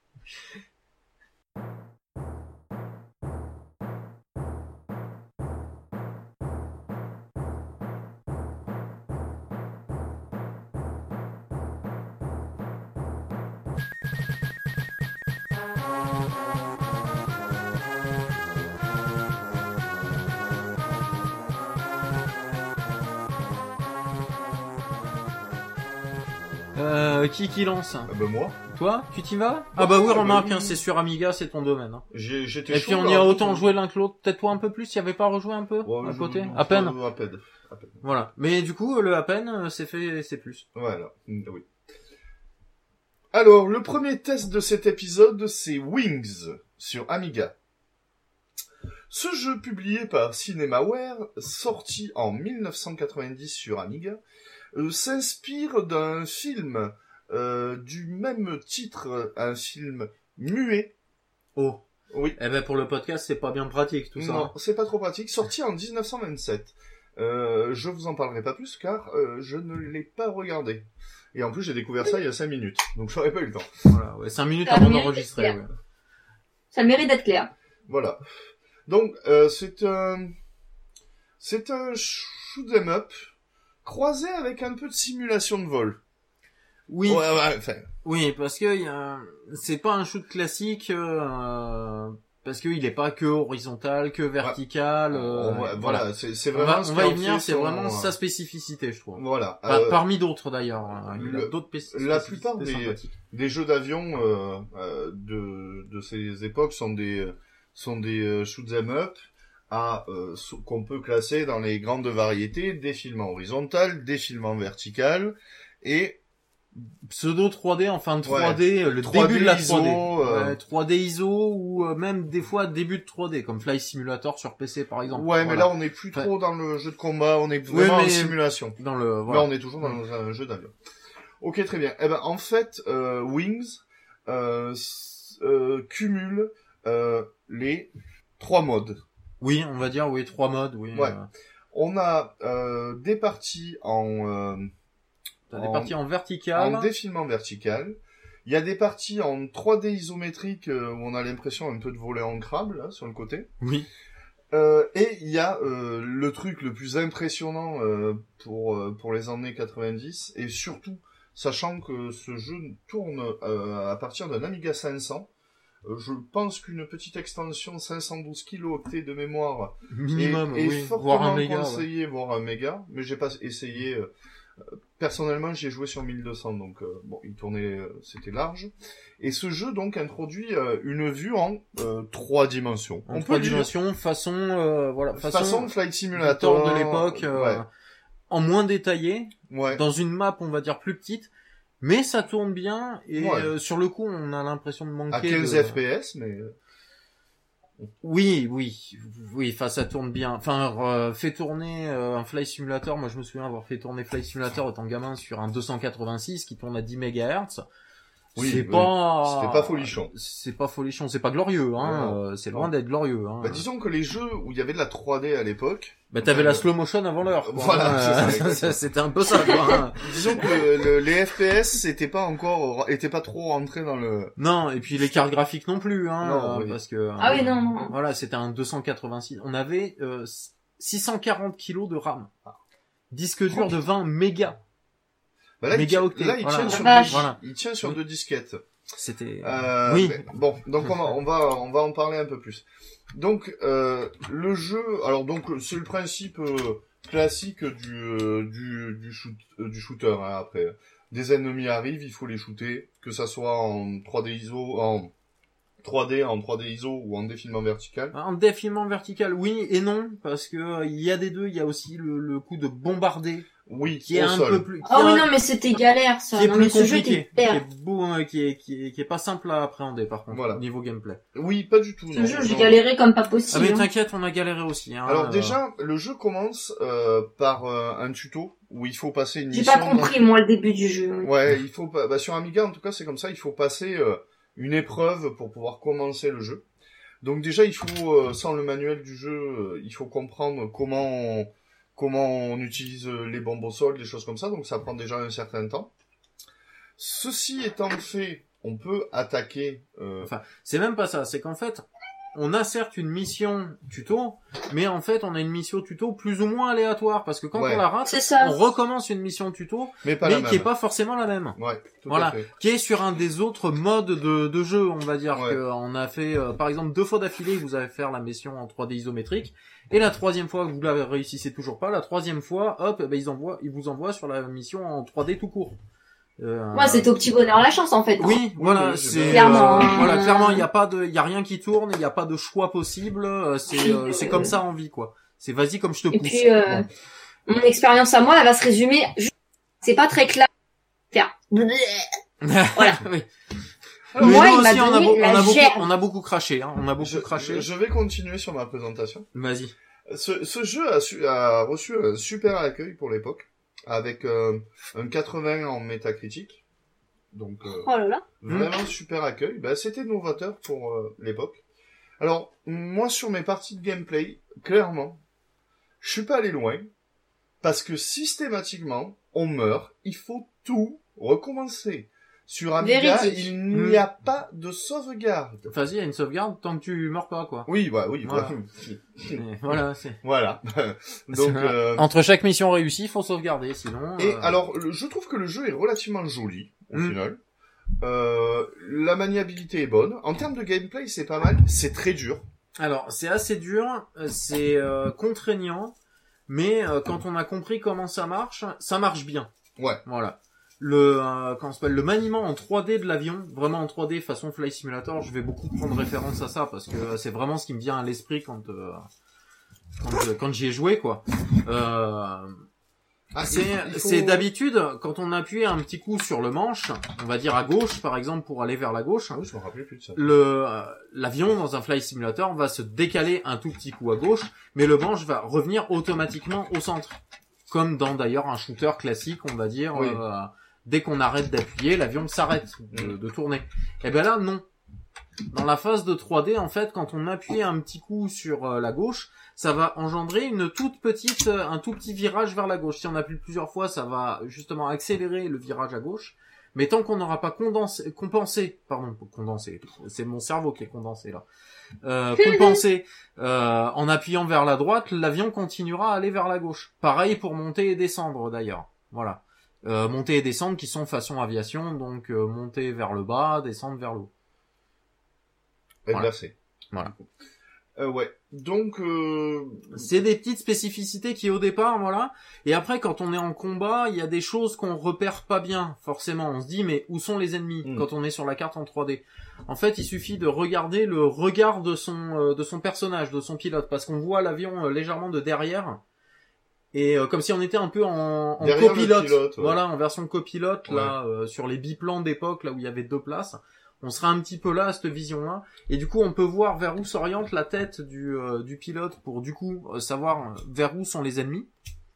Qui lance? Moi. Toi? Tu t'y vas? Ah bah oui, remarque, c'est sur Amiga, c'est ton domaine. Et puis on y a autant joué l'un que l'autre. Peut-être toi un peu plus, y avait pas rejoué un peu à côté? À peine. Voilà. Mais du coup, le à peine, c'est plus. Voilà. Oui. Alors, le premier test de cet épisode, c'est Wings sur Amiga. Ce jeu publié par Cinemaware, sorti en 1990 sur Amiga, s'inspire d'un film du même titre, un film muet. Oh. Oui. Eh ben pour le podcast, c'est pas bien pratique tout ça. Non, c'est pas trop pratique. Sorti en 1927. Je vous en parlerai pas plus car je ne l'ai pas regardé. Et en plus, j'ai découvert ça il y a 5 minutes. Donc j'aurais pas eu le temps. Voilà, ouais, 5 minutes avant d'enregistrer. Ouais. Ça le mérite d'être clair. Voilà. Donc c'est un shoot 'em up croisé avec un peu de simulation de vol. Oui. Enfin. Oui, parce que c'est pas un shoot classique parce que il est pas que horizontal, que vertical. Voilà, c'est vraiment. On va y venir. C'est vraiment sa spécificité, je trouve. Voilà. Parmi d'autres d'ailleurs. Il y a d'autres spécificités. La plupart des jeux d'avion de ces époques sont des shoot 'em up qu'on peut classer dans les grandes variétés, défilement horizontal, défilement vertical et pseudo 3D, enfin 3D, le 3D début de la ISO, 3D. Ouais, 3D ISO ou même des fois début de 3D, comme Flight Simulator sur PC par exemple. Ouais, mais Voilà. là on est plus trop dans le jeu de combat, on est vraiment en simulation. Dans le, Là voilà. on est toujours dans un jeu d'avion. Ok, très bien. Eh ben en fait, Wings cumule les 3 modes. Oui, on va dire, oui, 3 modes, oui. Ouais. On a des parties T'as des parties en vertical. en défilement vertical. Il y a des parties en 3D isométrique où on a l'impression un peu de voler en crabe là sur le côté. Oui. Et il y a le truc le plus impressionnant pour les années 90 et surtout sachant que ce jeu tourne à partir d'un Amiga 500. Je pense qu'une petite extension 512 kilooctets de mémoire Minimum, est oui. fortement Voire un méga. conseillé, voire un méga, mais j'ai pas essayé. Personnellement, j'ai joué sur 1200, donc bon, il tournait, c'était large. Et ce jeu donc introduit une vue en 3 dimensions. En 3 dimensions, façon, voilà, façon Flight Simulator de l'époque, ouais. En moins détaillé, Ouais. dans une map, on va dire plus petite, mais ça tourne bien et Ouais. sur le coup, on a l'impression de manquer À 15 de... FPS, mais Oui, enfin ça tourne bien. Enfin, fait tourner un Flight Simulator, moi je me souviens avoir fait tourner Flight Simulator étant gamin sur un 286 qui tourne à 10 MHz. Oui, c'est oui. pas... C'était pas folichon. C'est pas folichon, c'est pas glorieux, hein. Non. C'est loin d'être glorieux, hein. bah, disons que les jeux où il y avait de la 3D à l'époque, Bah t'avais la slow motion avant l'heure. Quoi. Voilà, c'est ça, exactement. C'était un peu ça, quoi. Hein. disons que les FPS c'était pas trop rentré dans le. Non, et puis les cartes graphiques non plus, hein, Non, oui. parce que. Ah oui, non, non. Voilà, c'était un 286. On avait 640 kilos de RAM. Disque dur de 20 mégas. Bah là, Mégaoctets, là, il voilà. tient sur Ah, deux, voilà. il tient sur 2 disquettes. C'était. Oui. Oui. Bon, donc on va en parler un peu plus. Donc le jeu, alors donc c'est le principe classique du shooter. Hein, après, des ennemis arrivent, il faut les shooter, que ça soit en 3D ISO, en 3D ISO ou en défilement vertical. En défilement vertical, oui et non, parce que il y a des deux. Il y a aussi le coup de bombarder, Oui, qui est au un sol. peu plus. Ah oui, non, mais c'était galère, ça. Qui est Non, mais plus ce jeu compliqué, était galère. qui est pas simple à appréhender par contre, Voilà. au niveau gameplay. Oui, pas du tout. Ce non, jeu, j'ai non. galéré comme pas Ah possible. mais hein. t'inquiète, on a galéré aussi. Hein, Alors déjà, le jeu commence par un tuto où il faut passer une J'ai mission. pas compris, moi, le début du jeu. Ouais, il faut bah, sur Amiga en tout cas c'est comme ça, il faut passer une épreuve pour pouvoir commencer le jeu. Donc déjà il faut sans le manuel du jeu, il faut comprendre comment on utilise les bombes au sol, des choses comme ça. Donc ça prend déjà un certain temps. Ceci étant fait, on peut attaquer. Enfin, c'est même pas ça. C'est qu'en fait, on a certes une mission tuto, mais en fait, on a une mission tuto plus ou moins aléatoire parce que quand Ouais. on la rate, C'est ça. on recommence une mission tuto, mais pas mais la même. qui est pas forcément la même. Ouais, tout Voilà. à fait. Qui est sur un des autres modes de jeu, on va dire. Ouais. Que on a fait, par exemple, 2 fois d'affilée, vous allez faire la mission en 3D isométrique, et la troisième fois que vous la réussissez toujours pas, la troisième fois, hop, ben ils vous envoient sur la mission en 3D tout court. Moi, c'était au petit bonheur la chance, en fait. Oui, voilà, oui, c'est clairement. voilà, clairement, il y a rien qui tourne, il y a pas de choix possible, c'est comme ça en vie quoi. C'est vas-y comme je te Et pousse. puis, mon expérience à moi, elle va se résumer. C'est pas très clair. Faire. Voilà. Oui. Alors, Mais moi, nous il m'a aussi, donné la gerbe. on a beaucoup craché, hein. On a beaucoup craché. Je vais continuer sur ma présentation. Vas-y. Ce jeu a reçu un super accueil pour l'époque, avec un 80 en métacritique. Donc Oh là là. vraiment super accueil. Ben, c'était novateur pour l'époque. Alors moi sur mes parties de gameplay, clairement, je suis pas allé loin parce que systématiquement on meurt, il faut tout recommencer. Sur Amiga, Véridique. il n'y a pas de sauvegarde. Vas-y, il y a une sauvegarde tant que tu meurs pas quoi. Oui, bah oui, Voilà. Voilà, c'est. voilà. Donc Entre chaque mission réussie, il faut sauvegarder, sinon. et alors, je trouve que le jeu est relativement joli, au final. La maniabilité est bonne. En termes de gameplay, c'est pas mal. C'est très dur. Alors, c'est assez dur, c'est contraignant, mais quand on a compris comment ça marche bien. Ouais. Voilà. Comment ça s'appelle, le maniement en 3D de l'avion, vraiment en 3D façon Flight Simulator, je vais beaucoup prendre référence à ça parce que c'est vraiment ce qui me vient à l'esprit quand j'y ai joué quoi. Ah, C'est d'habitude, quand on appuie un petit coup sur le manche, on va dire à gauche, par exemple, pour aller vers la gauche, Ah oui, je me rappelais plus de ça. l'avion dans un flight simulator va se décaler un tout petit coup à gauche, mais le manche va revenir automatiquement au centre. Comme dans d'ailleurs un shooter classique, on va dire, Oui. dès qu'on arrête d'appuyer, l'avion s'arrête de tourner. Et ben là, non. Dans la phase de 3D, en fait, quand on appuie un petit coup sur la gauche, ça va engendrer un tout petit virage vers la gauche. Si on appuie plusieurs fois, ça va justement accélérer le virage à gauche. Mais tant qu'on n'aura pas compensé, c'est mon cerveau qui est condensé là. Compensé en appuyant vers la droite, l'avion continuera à aller vers la gauche. Pareil pour monter et descendre d'ailleurs. Voilà. Monter et descendre qui sont façon aviation, donc monter vers le bas, descendre vers le haut. Inversé. Voilà. Ouais. Donc, c'est des petites spécificités qui au départ, voilà. Et après, quand on est en combat, il y a des choses qu'on repère pas bien, forcément. On se dit, mais où sont les ennemis quand on est sur la carte en 3D? En fait, il suffit de regarder le regard de son personnage, de son pilote, parce qu'on voit l'avion légèrement de derrière. Et comme si on était un peu en copilote. Ouais. Voilà, en version copilote, là, sur les biplans d'époque, là où il y avait 2 places. On sera un petit peu là à cette vision-là, et du coup on peut voir vers où s'oriente la tête du pilote pour du coup savoir vers où sont les ennemis.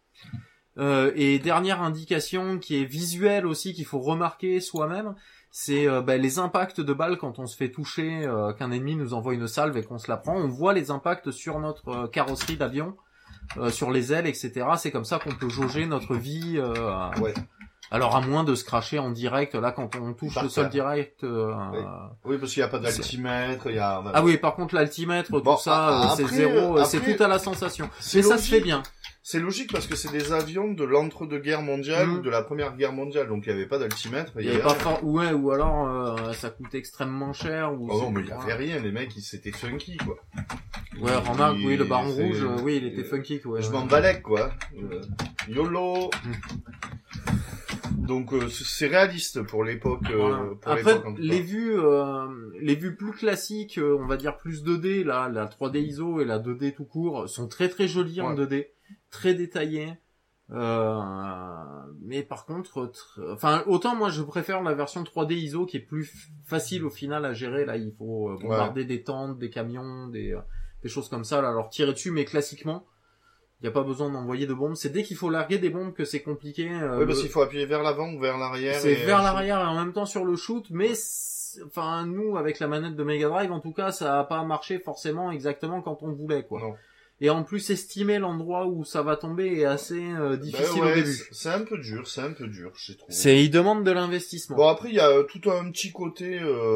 Et dernière indication qui est visuelle aussi, qu'il faut remarquer soi-même, c'est les impacts de balles quand on se fait toucher, qu'un ennemi nous envoie une salve et qu'on se la prend. On voit les impacts sur notre carrosserie d'avion, sur les ailes, etc. C'est comme ça qu'on peut jauger notre vie. Ouais. Alors à moins de se cracher en direct, là quand on touche le sol direct. Oui, parce qu'il n'y a pas d'altimètre, il y a. Ah oui, par contre l'altimètre, Bon, tout ça, c'est zéro, c'est tout à la sensation. Mais ça se fait bien. C'est logique parce que c'est des avions de l'entre-deux-guerres mondiales ou de la Première Guerre mondiale, donc il n'y avait pas d'altimètre. Il y avait pas ouais, ou alors ça coûtait extrêmement cher. Ou oh non, mais il n'y avait rien, les mecs, c'était funky, quoi. Ouais, remarque, oui, le baron rouge, oui, il était funky, quoi. Je m'en balèque, quoi. YOLO. Donc c'est réaliste pour l'époque. Voilà. Pour après, l'époque, les vues plus classiques, on va dire plus 2D, là, la 3D ISO et la 2D tout court, sont très très jolies en 2D, très détaillées. Mais par contre, enfin autant moi je préfère la version 3D ISO qui est plus facile au final à gérer. Là, il faut bombarder des tentes, des camions, des choses comme ça. Là, alors tirer dessus, mais classiquement. Il n'y a pas besoin d'envoyer de bombes. C'est dès qu'il faut larguer des bombes que c'est compliqué. Oui, parce qu'il faut appuyer vers l'avant ou vers l'arrière. C'est vers l'arrière et en même temps sur le shoot, mais enfin nous avec la manette de Mega Drive, en tout cas, ça a pas marché forcément exactement quand on voulait, quoi. Non. Et en plus, estimer l'endroit où ça va tomber est assez difficile au début. C'est un peu dur, j'ai trouvé. Il demande de l'investissement. Bon, après, il y a tout un petit côté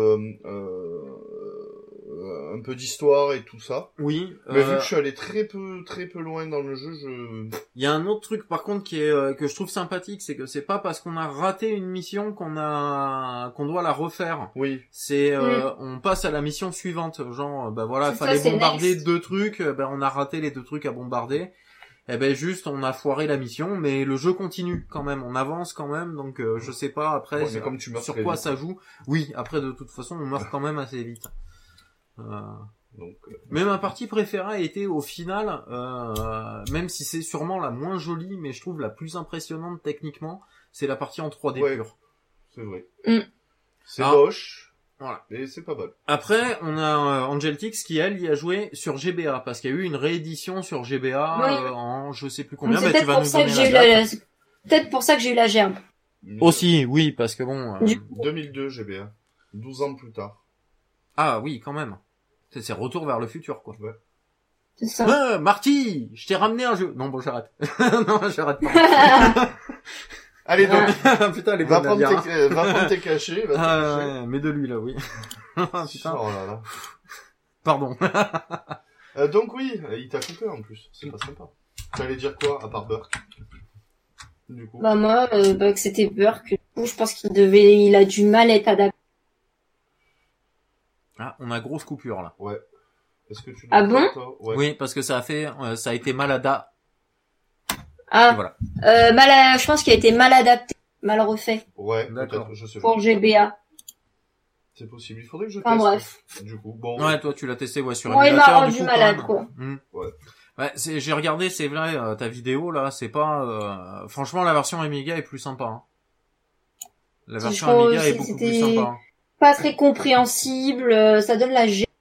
un peu d'histoire et tout ça. Oui. Mais vu que je suis allé très peu loin dans le jeu, Il y a un autre truc par contre qui est que je trouve sympathique, c'est que c'est pas parce qu'on a raté une mission qu'on doit la refaire. Oui. C'est on passe à la mission suivante, genre voilà, fallait bombarder 2 trucs, on a raté les 2 trucs à bombarder. Juste on a foiré la mission, mais le jeu continue quand même, on avance quand même, donc je sais pas après comme tu meurs sur très quoi vite. Ça joue. Oui, après de toute façon on meurt quand même assez vite. Donc, mais ma partie préférée a été au final, même si c'est sûrement la moins jolie, mais je trouve la plus impressionnante techniquement, c'est la partie en 3D pure. C'est vrai. C'est Ah. moche. Voilà. Et c'est pas mal. Après, on a Angeltix qui, elle, y a joué sur GBA, parce qu'il y a eu une réédition sur GBA en je sais plus combien, c'est tu peut-être vas pour nous ça que donner j'ai eu la date. c'est peut-être pour ça que j'ai eu la gerbe. Aussi, oui, parce que bon... 2002 GBA. 12 ans plus tard. Ah oui, quand même. C'est retour vers le futur, quoi. Ouais. C'est ça. Marty, je t'ai ramené un jeu. Non, bon, j'arrête. Non, j'arrête pas. Allez, donc, Putain, les va bonnes navires. prendre tes cachets. Ouais, mais de lui, là, oui. Putain. Oh là là. Pardon. Donc oui, il t'a coupé en plus. C'est pas sympa. T'allais dire quoi, à part Burke? Du coup. Bah moi, que c'était Burke. Du coup, je pense il a du mal à être adapté. Ah, on a grosse coupure, là. Ouais. Est-ce que tu Ah bon? toi ouais. Oui, parce que ça a été mal adapté. Ah. Voilà. Je pense qu'il a été mal adapté, mal refait. Ouais, D'accord. peut-être, je sais Pour pas. GBA. C'est possible, il faudrait que je Enfin, teste. bref. Du coup, bon. Ouais, toi, tu l'as testé, sur Moi, il m'a émulateur, rendu du coup, malade, quand quoi. même. Ouais. Ouais, j'ai regardé, c'est vrai, ta vidéo là, c'est pas. Franchement, la version Amiga est plus sympa. Hein. La Je version trouve Amiga est aussi beaucoup c'était- plus sympa. Hein. Pas très compréhensible, ça donne la gêne.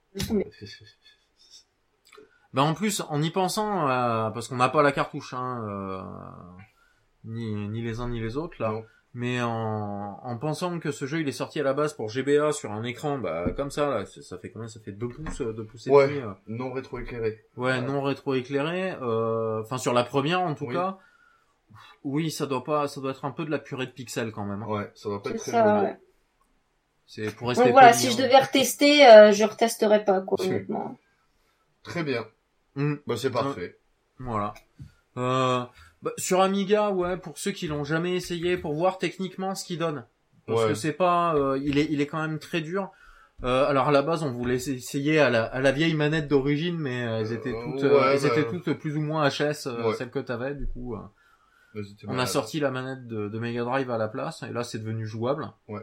Ben en plus, en y pensant, parce qu'on n'a pas la cartouche, hein, ni les uns ni les autres là. Non. Mais en pensant que ce jeu il est sorti à la base pour GBA sur un écran, bah comme ça là, ça fait combien? Ça fait 2 pouces et Ouais. demi. Non rétroéclairé. Ouais, non rétroéclairé. Enfin sur la première en tout Oui. cas. Oui, ça doit être un peu de la purée de pixels quand même. Hein. Ouais, ça va pas C'est être très ça, joli. ouais. C'est pour rester Donc voilà, poli, si hein. je devais retester, je retesterais pas, quoi, Si. honnêtement. Très bien. Mm. Bah c'est parfait. Voilà. Sur Amiga, ouais, pour ceux qui l'ont jamais essayé, pour voir techniquement ce qu'il donne. Parce Ouais. que c'est pas, il est quand même très dur. Alors à la base, on voulait essayer à la vieille manette d'origine, mais elles étaient toutes plus ou moins HS, Ouais. celles que t'avais. Du coup, Vas-y, t'es on a malade. sorti la manette de Mega Drive à la place, et là c'est devenu jouable. Ouais.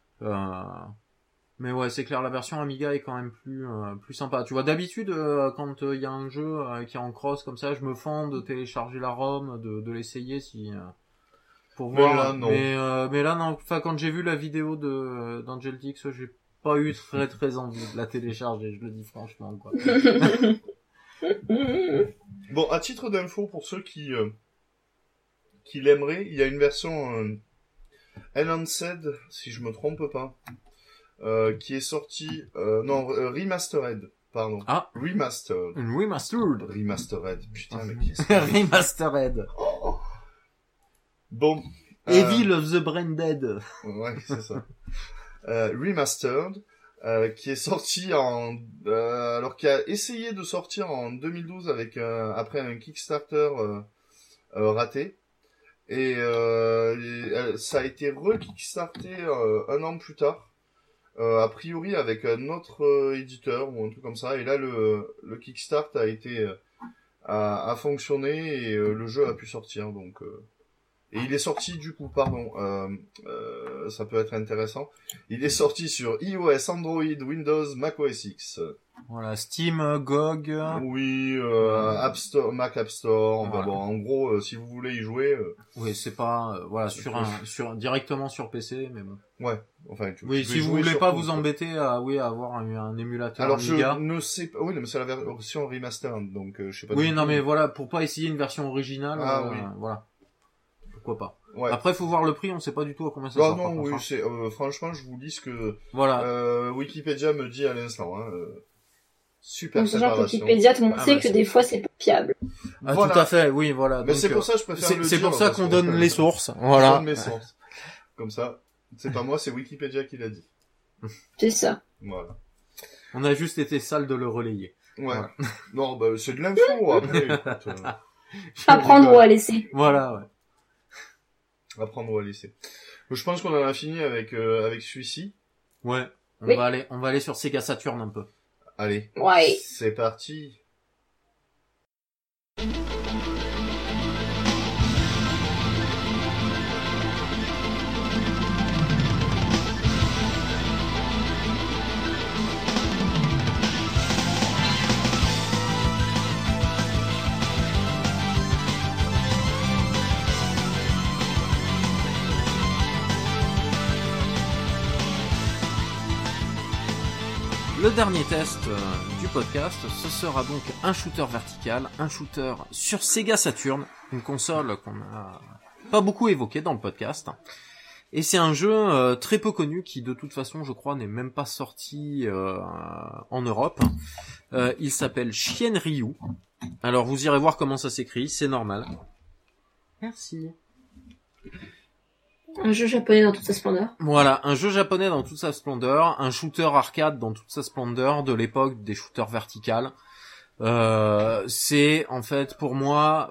Mais ouais, c'est clair, la version Amiga est quand même plus sympa. Tu vois, d'habitude, quand il y a un jeu qui est en cross comme ça, je me fends de télécharger la ROM, de l'essayer si pour Mais voir. là, non. Mais là, non. Enfin, quand j'ai vu la vidéo d'Angeltix, j'ai pas eu très envie de la télécharger. Je le dis franchement, quoi. Bon, à titre d'info, pour ceux qui l'aimeraient, il y a une version Enhanced, si je me trompe pas, qui est sortie... Remastered, pardon. Ah. Remastered. Une remastered. Remastered, putain, Ah. mais qu'est-ce que... Remastered. Oh. Bon. Evil of the Branded. Ouais, c'est ça. Remastered, qui est sorti alors qui a essayé de sortir en 2012 avec après un Kickstarter raté, et ça a été re-kickstarté un an plus tard, a priori avec un autre éditeur ou un truc comme ça, et là le Kickstart a été a fonctionné et le jeu a pu sortir, donc et il est sorti du coup, pardon, ça peut être intéressant. Il est sorti sur iOS, Android, Windows, Mac OS X. Voilà, Steam, GOG. Oui, App Store, Mac App Store. Enfin, Voilà. bon, en gros, si vous voulez y jouer, Oui, c'est pas voilà directement sur PC, mais bon. ouais. Enfin, tu Oui, peux si y vous jouer voulez sur pas tout, vous quoi. embêter à avoir un émulateur Alors Amiga. je ne sais pas. Oui, mais c'est la version remastered, donc je sais pas. Oui, du non, tout. mais voilà, pour pas essayer une version originale, Oui. voilà. Pourquoi pas. Ouais. Après, faut voir le prix, on sait pas du tout à combien ça Ah sort. par non, contre, oui, hein. c'est franchement, je vous lis ce que Voilà. Wikipédia me dit à l'instant. Super Donc, genre, préparation. Wikipédia, tout le monde Ah, sait bah, que c'est- des fois, c'est pas fiable. Ah, Voilà. tout à fait, oui, voilà. Mais Donc, c'est pour ça que je préfère le c'est dire, pour ça parce qu'on que- donne les sources. Je Voilà. donne mes sources. Comme ça, c'est pas moi, c'est Wikipédia qui l'a dit. C'est ça. Voilà. On a juste été sale de le relayer. Ouais. Voilà. Non, bah, c'est de l'info, après, écoute, Apprendre ou à laisser. Voilà, ouais. apprendre ou à laisser. Je pense qu'on en a fini avec celui-ci. Ouais. Oui. On va aller sur Sega Saturn un peu. Allez. Ouais. C'est parti. Le dernier test du podcast, ce sera donc un shooter vertical, un shooter sur Sega Saturn, une console qu'on a pas beaucoup évoquée dans le podcast. Et c'est un jeu très peu connu qui de toute façon je crois n'est même pas sorti en Europe. Il s'appelle Shenryu. Alors vous irez voir comment ça s'écrit, c'est normal. Merci. Un jeu japonais dans toute sa splendeur. Voilà, un jeu japonais dans toute sa splendeur, un shooter arcade dans toute sa splendeur de l'époque des shooters verticales. C'est en fait pour moi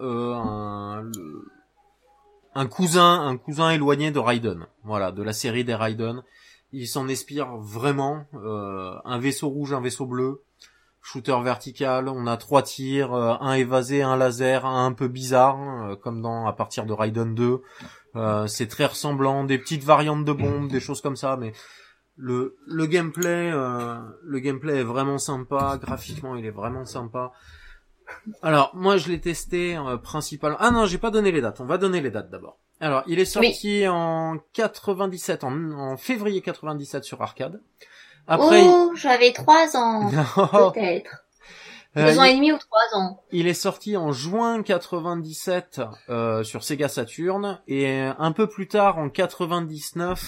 un cousin éloigné de Raiden. Voilà, de la série des Raiden. Il s'en inspire vraiment. Un vaisseau rouge, un vaisseau bleu. Shooter vertical, on a 3 tirs, un évasé, un laser, un peu bizarre, comme à partir de Raiden 2. C'est très ressemblant, des petites variantes de bombes, des choses comme ça, mais le gameplay est vraiment sympa, graphiquement il est vraiment sympa. Alors, moi, je l'ai testé principalement... Ah non, j'ai pas donné les dates. On va donner les dates d'abord. Alors, il est sorti en 97, en février 97 sur arcade. Après, j'avais 3 ans, peut-être. 2 ans et demi ou 3 ans. Il est sorti en juin 97 sur Sega Saturn et un peu plus tard en 99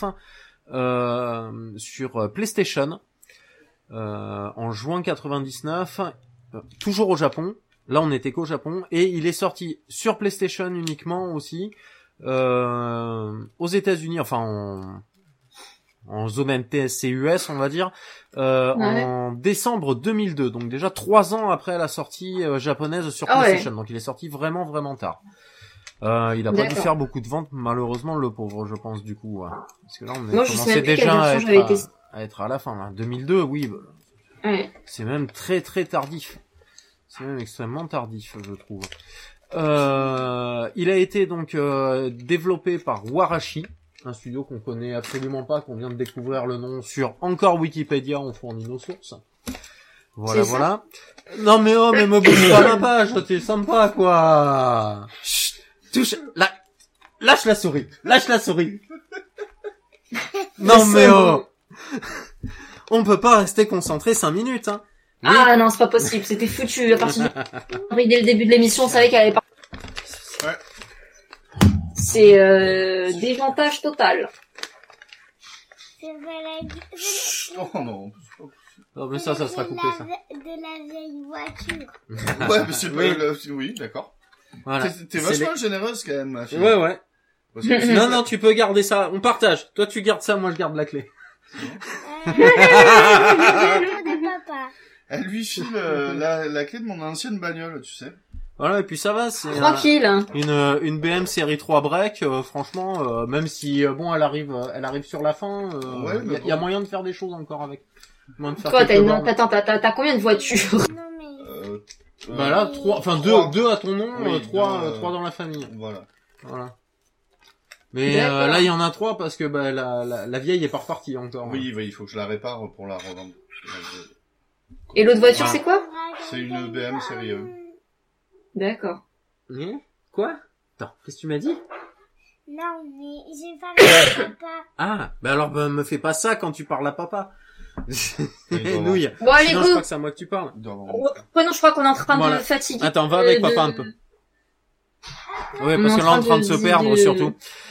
sur PlayStation. En juin 99, toujours au Japon. Là, on était qu'au Japon et il est sorti sur PlayStation uniquement aussi aux États-Unis, enfin en zone NTSC US, on va dire, en décembre 2002. Donc déjà 3 ans après la sortie japonaise sur PlayStation. Ouais. Donc il est sorti vraiment vraiment tard. Il a pas dû faire beaucoup de ventes, malheureusement, le pauvre, je pense, du coup. Ouais. Parce que là, on commençait déjà à être à la fin. Là. 2002, oui. Ouais. C'est même très très tardif. C'est même extrêmement tardif, je trouve. Il a été donc développé par Warashi, un studio qu'on connaît absolument pas, qu'on vient de découvrir le nom sur encore Wikipédia, on fournit nos sources. Voilà, voilà. Non mais oh, mais me bouge pas ma page, t'es sympa quoi. Chut, touche, lâche la souris, lâche la souris. Non mais oh, on peut pas rester concentré 5 minutes, hein. Oui. Ah non, c'est pas possible, c'était foutu. À partir de... dès le début de l'émission, on savait qu'elle allait pas. Ouais. C'est dévantage total. Oh non. Non mais ça sera coupé ça. De la vieille voiture. Ouais, mais c'est oui, d'accord. Voilà. T'es vachement généreuse quand même, ma fille. Ouais, ouais. Non, non, tu peux garder ça. On partage. Toi, tu gardes ça, moi, je garde la clé. Papa. Elle lui file la clé de mon ancienne bagnole, tu sais. Voilà, et puis ça va, c'est tranquille. Une BM série 3 break, franchement, même si bon, elle arrive sur la fin, y a moyen de faire des choses encore avec. Toi, t'as combien de voitures? Bah là, 3, enfin 2 à ton nom, oui, 3 dans la famille. Voilà. Mais là, il y en a 3 parce que bah la vieille est pas repartie encore. Oui, il faut que je la répare pour la revendre. Et l'autre voiture, c'est quoi? C'est une BM série E. D'accord. Quoi? Attends, qu'est-ce que tu m'as dit? Non, mais j'ai parlé à papa. Ah, bah alors me fais pas ça quand tu parles à papa. Nouille. Bon, allez, sinon, je crois que c'est à moi que tu parles. Ouais, non, je crois qu'on est en train de fatiguer. Attends, va avec papa un peu. Ouais, parce que là, on est en train de se perdre, surtout.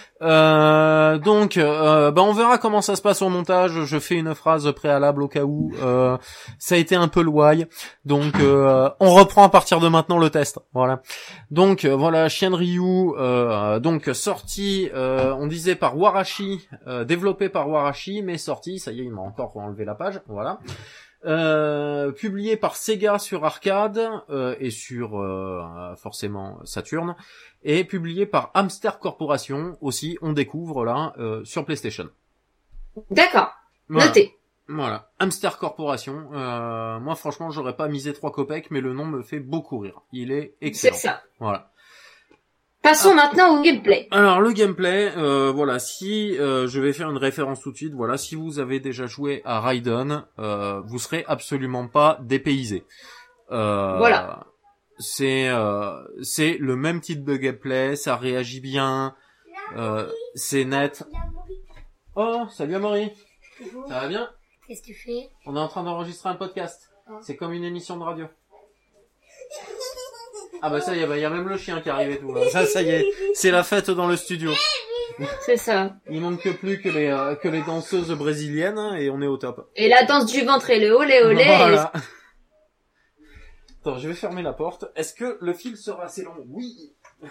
Donc, on verra comment ça se passe au montage. Je fais une phrase préalable au cas où. Ça a été un peu louaille. Donc, on reprend à partir de maintenant le test. Voilà. Donc, voilà, Shenryu, donc sorti, on disait par Warashi, développé par Warashi, mais sorti, ça y est, il m'a encore enlevé la page. Voilà. Publié par Sega sur arcade et sur forcément Saturn, et publié par Hamster Corporation aussi, on découvre là sur PlayStation. D'accord. Voilà. Noté. Voilà, Hamster Corporation. Moi franchement, j'aurais pas misé 3 copecs, mais le nom me fait beaucoup rire. Il est excellent. C'est ça. Voilà. Passons maintenant au gameplay. Alors le gameplay, voilà, si je vais faire une référence tout de suite, voilà, si vous avez déjà joué à Raiden, vous serez absolument pas dépaysé. Voilà. C'est le même type de gameplay, ça réagit bien, c'est net. Oh, salut Amaury. Ça va bien? Qu'est-ce que tu fais? On est en train d'enregistrer un podcast. C'est comme une émission de radio. Ah bah ça y est, y a même le chien qui arrive et tout. Ça y est, c'est la fête dans le studio. C'est ça. Il manque plus que les danseuses brésiliennes et on est au top. Et la danse du ventre et le olé olé. Voilà. Attends, je vais fermer la porte. Est-ce que le fil sera assez long? Oui.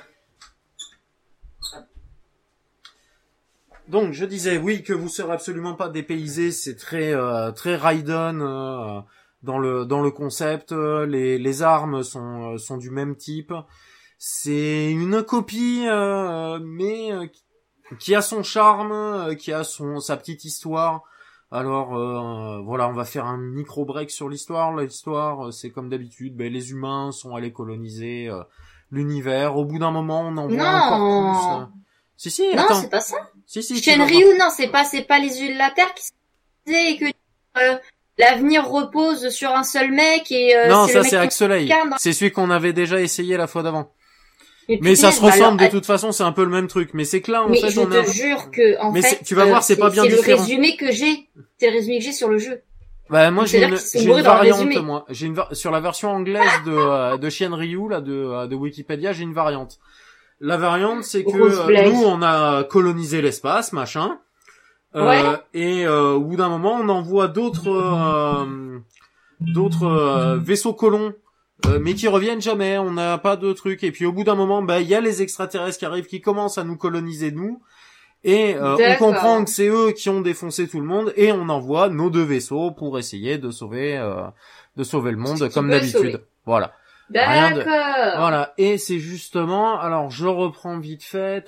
Donc je disais oui que vous serez absolument pas dépaysés, c'est très Raiden dans le concept, les armes sont du même type. C'est une copie mais qui a son charme, qui a sa petite histoire. Alors voilà, on va faire un micro break sur l'histoire. L'histoire, c'est comme d'habitude, les humains sont allés coloniser l'univers. Au bout d'un moment, on en voit encore plus. Si, non, attends. c'est pas ça. Si. Shenryu, non, c'est pas les îles de la Terre qui se et que l'avenir repose sur un seul mec et non, c'est ça le mec c'est qui Axelay. incarne. C'est celui qu'on avait déjà essayé la fois d'avant. Mais Mais ça se punaise, ressemble alors, de toute façon, c'est un peu le même truc. Mais c'est que là, en mais fait, je on te a... jure que en Mais fait, tu vas voir, c'est pas bien différent. C'est le résumé que j'ai. C'est le résumé que j'ai sur le jeu. Bah, moi, Donc, c'est-à-dire qu'ils sont bourrés dans le variante, résumé. moi. Sur la version anglaise de Shenryu, là, de Wikipédia, j'ai une variante. La variante, c'est que Rose Black. nous, on a colonisé l'espace, machin. Ouais. Et au bout d'un moment, on envoie d'autres vaisseaux colons, mais qui reviennent jamais. On n'a pas de truc. Et puis au bout d'un moment, bah il y a les extraterrestres qui arrivent, qui commencent à nous coloniser nous. Et on D'accord. comprend que c'est eux qui ont défoncé tout le monde, et on envoie nos 2 vaisseaux pour essayer de sauver le monde Tu comme peux d'habitude. sauver. Voilà. Rien de- D'accord. Voilà. Et c'est justement, alors je reprends vite fait,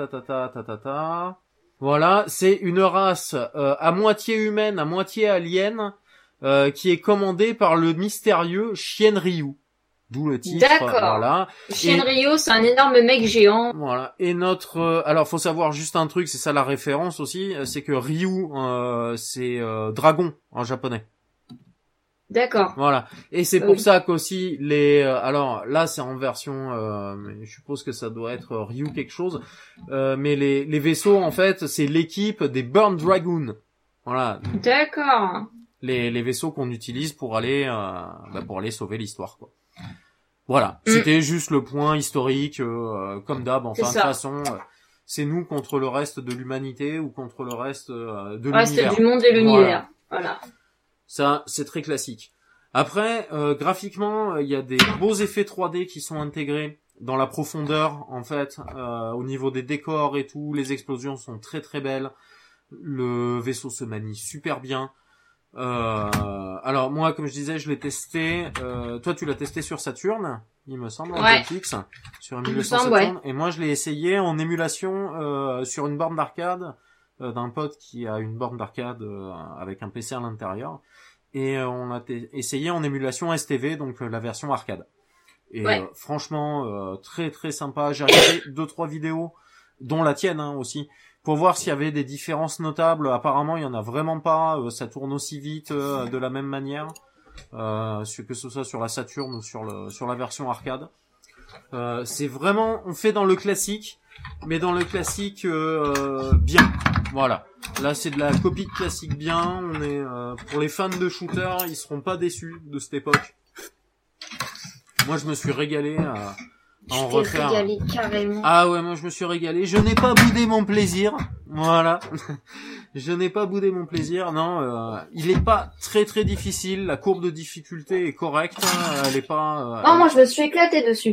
Voilà, c'est une race à moitié humaine, à moitié alien, qui est commandée par le mystérieux Shenryu. D'où le titre. D'accord. Voilà. Shenryu, c'est un énorme mec géant. Voilà. Et notre, alors faut savoir juste un truc, c'est ça la référence aussi, c'est que Ryu, c'est dragon en japonais. D'accord. Voilà. Et c'est pour ça qu'aussi les, alors là c'est en version, mais je suppose que ça doit être Ryu quelque chose, mais les vaisseaux en fait c'est l'équipe des Burn Dragoon. Voilà. D'accord. Les vaisseaux qu'on utilise pour aller sauver l'histoire quoi. Voilà, c'était juste le point historique, comme d'hab. Enfin, de toute façon, c'est nous contre le reste de l'humanité ou contre le reste de l'univers. C'est du monde et l'univers. Voilà. Ça, c'est très classique. Après, graphiquement, il y a des beaux effets 3D qui sont intégrés dans la profondeur, en fait, au niveau des décors et tout. Les explosions sont très très belles. Le vaisseau se manie super bien. Alors moi, comme je disais, je l'ai testé. Toi, tu l'as testé sur Saturn, il me semble, en GPX, sur un 1900 Saturn. Et moi, je l'ai essayé en émulation sur une borne d'arcade d'un pote qui a une borne d'arcade avec un PC à l'intérieur. Et on a essayé en émulation STV, donc la version arcade. Et franchement, très très sympa. J'ai regardé 2-3 vidéos, dont la tienne aussi. Pour voir s'il y avait des différences notables. Apparemment, il y en a vraiment pas. Ça tourne aussi vite de la même manière, que ce soit sur la Saturn ou sur la version arcade. C'est vraiment, on fait dans le classique, mais dans le classique bien. Voilà. Là, c'est de la copie de classique bien. On est pour les fans de shooter, ils seront pas déçus de cette époque. Moi, je me suis régalé à en refaire. Régalé, carrément. Ah ouais, moi je me suis régalé. Je n'ai pas boudé mon plaisir. Voilà. Je n'ai pas boudé mon plaisir. Non, il est pas très très difficile. La courbe de difficulté est correcte. Elle est pas. Non, moi je me suis éclaté dessus.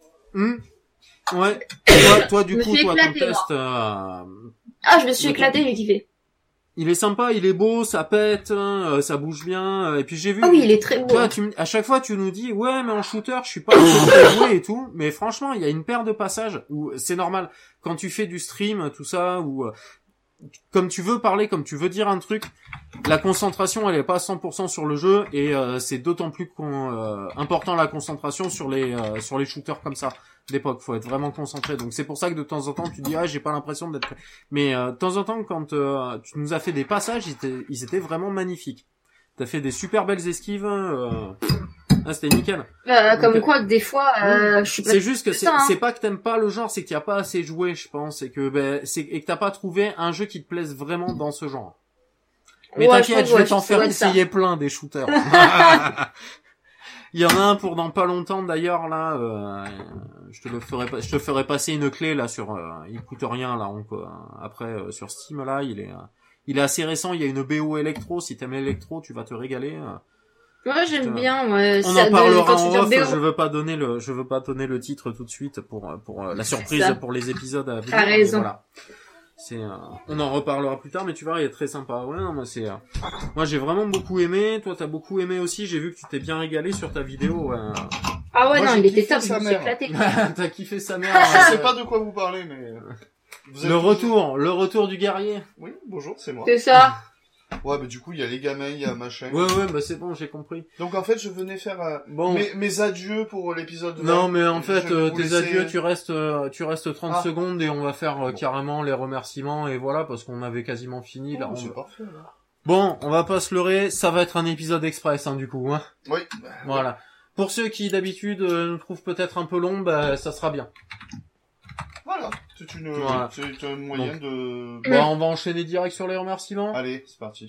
Ouais. Toi du coup, toi ton test. Je me suis éclaté, j'ai kiffé. Il est sympa, il est beau, ça pète, ça bouge bien. Et puis j'ai vu. Ah oui, il est très beau. Toi, à chaque fois, tu nous dis, ouais, mais en shooter, je suis pas très doué et tout. Mais franchement, il y a une paire de passages où c'est normal. Quand tu fais du stream, tout ça, ou comme tu veux parler, comme tu veux dire un truc, la concentration, elle est pas à 100% sur le jeu, et c'est d'autant plus important la concentration sur les shooters comme ça d'époque. Faut être vraiment concentré. Donc c'est pour ça que de temps en temps tu dis j'ai pas l'impression d'être. Mais de temps en temps quand tu nous as fait des passages, ils étaient vraiment magnifiques. T'as fait des super belles esquives. C'était nickel. Comme donc, quoi, des fois, je suis pas. C'est juste que c'est pas que t'aimes pas le genre, c'est qu'il y a pas assez joué, je pense, et que et que t'as pas trouvé un jeu qui te plaise vraiment dans ce genre. Mais t'inquiète, je vais t'en faire essayer plein des shooters. Il y en a un pour dans pas longtemps d'ailleurs là. Je te ferai passer une clé là sur. Il coûte rien là. Après sur Steam là, il est assez récent. Il y a une BO électro. Si t'aimes l'électro, tu vas te régaler. Ouais, j'aime bien. Ouais. On en parlera en off. Je veux pas donner le titre tout de suite pour la surprise pour les épisodes à venir. T'as raison. Voilà. On en reparlera plus tard, mais tu vois, il est très sympa. Ouais, non, moi j'ai vraiment beaucoup aimé. Toi, t'as beaucoup aimé aussi. J'ai vu que tu t'es bien régalé sur ta vidéo. Ouais. Ah ouais, moi, non, il était top. sa Je me suis mère. éclaté. T'as kiffé sa mère. Je sais pas de quoi vous parlez, mais... Le retour du guerrier. Oui, bonjour, c'est moi. C'est ça. Ouais, mais du coup, il y a les gamins, il y a machin. Ouais, bah c'est bon, j'ai compris. Donc en fait, je venais faire mes adieux pour l'épisode 20. Non, mais en fait, tes laisser... adieux, tu restes 30 secondes et on va faire carrément les remerciements et voilà, parce qu'on avait quasiment fini là. C'est parfait, là. Bon, on va pas se leurrer, ça va être un épisode express, du coup, hein. Oui. Voilà. Pour ceux qui, d'habitude, nous trouvent peut-être un peu long, ça sera bien. Voilà. C'est un moyen de... Bon, on va enchaîner direct sur les remerciements. Allez, c'est parti.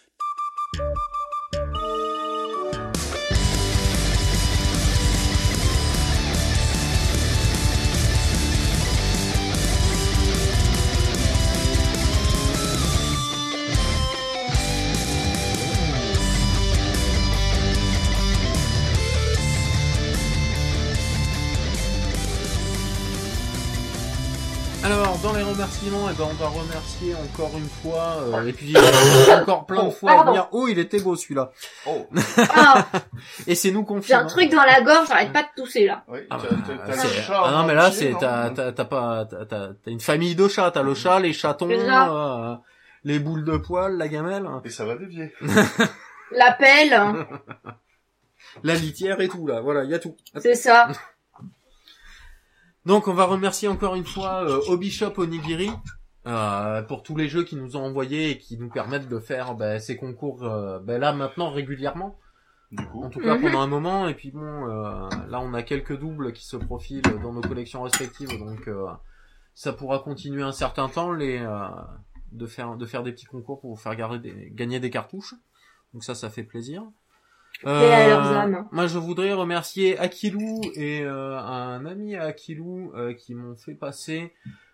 Alors, dans les remerciements, on va remercier encore une fois, et puis encore plein de fois à venir. Oh, il était beau celui-là. Oh. Ah, Et c'est nous j'ai confiants. un truc dans la gorge, j'arrête pas de tousser là. Oui, Ah, t'as le c'est- chat ah non, mais là, entier, non t'as une famille de chats. T'as le chat, les chatons, C'est ça. les boules de poils, la gamelle, Et ça va dévier. La pelle, la litière et tout, là. Voilà, il y a tout. c'est ça. Donc on va remercier encore une fois Hobbyshop Onigiri pour tous les jeux qui nous ont envoyés et qui nous permettent de faire ces concours là maintenant régulièrement. Du coup. En tout cas pendant un moment. Et puis bon, là on a quelques doubles qui se profilent dans nos collections respectives, donc ça pourra continuer un certain temps de faire des petits concours pour vous faire gagner des cartouches. Donc ça fait plaisir. à leurs âmes. Moi, je voudrais remercier Akilou et un ami à Akilou qui m'ont fait passer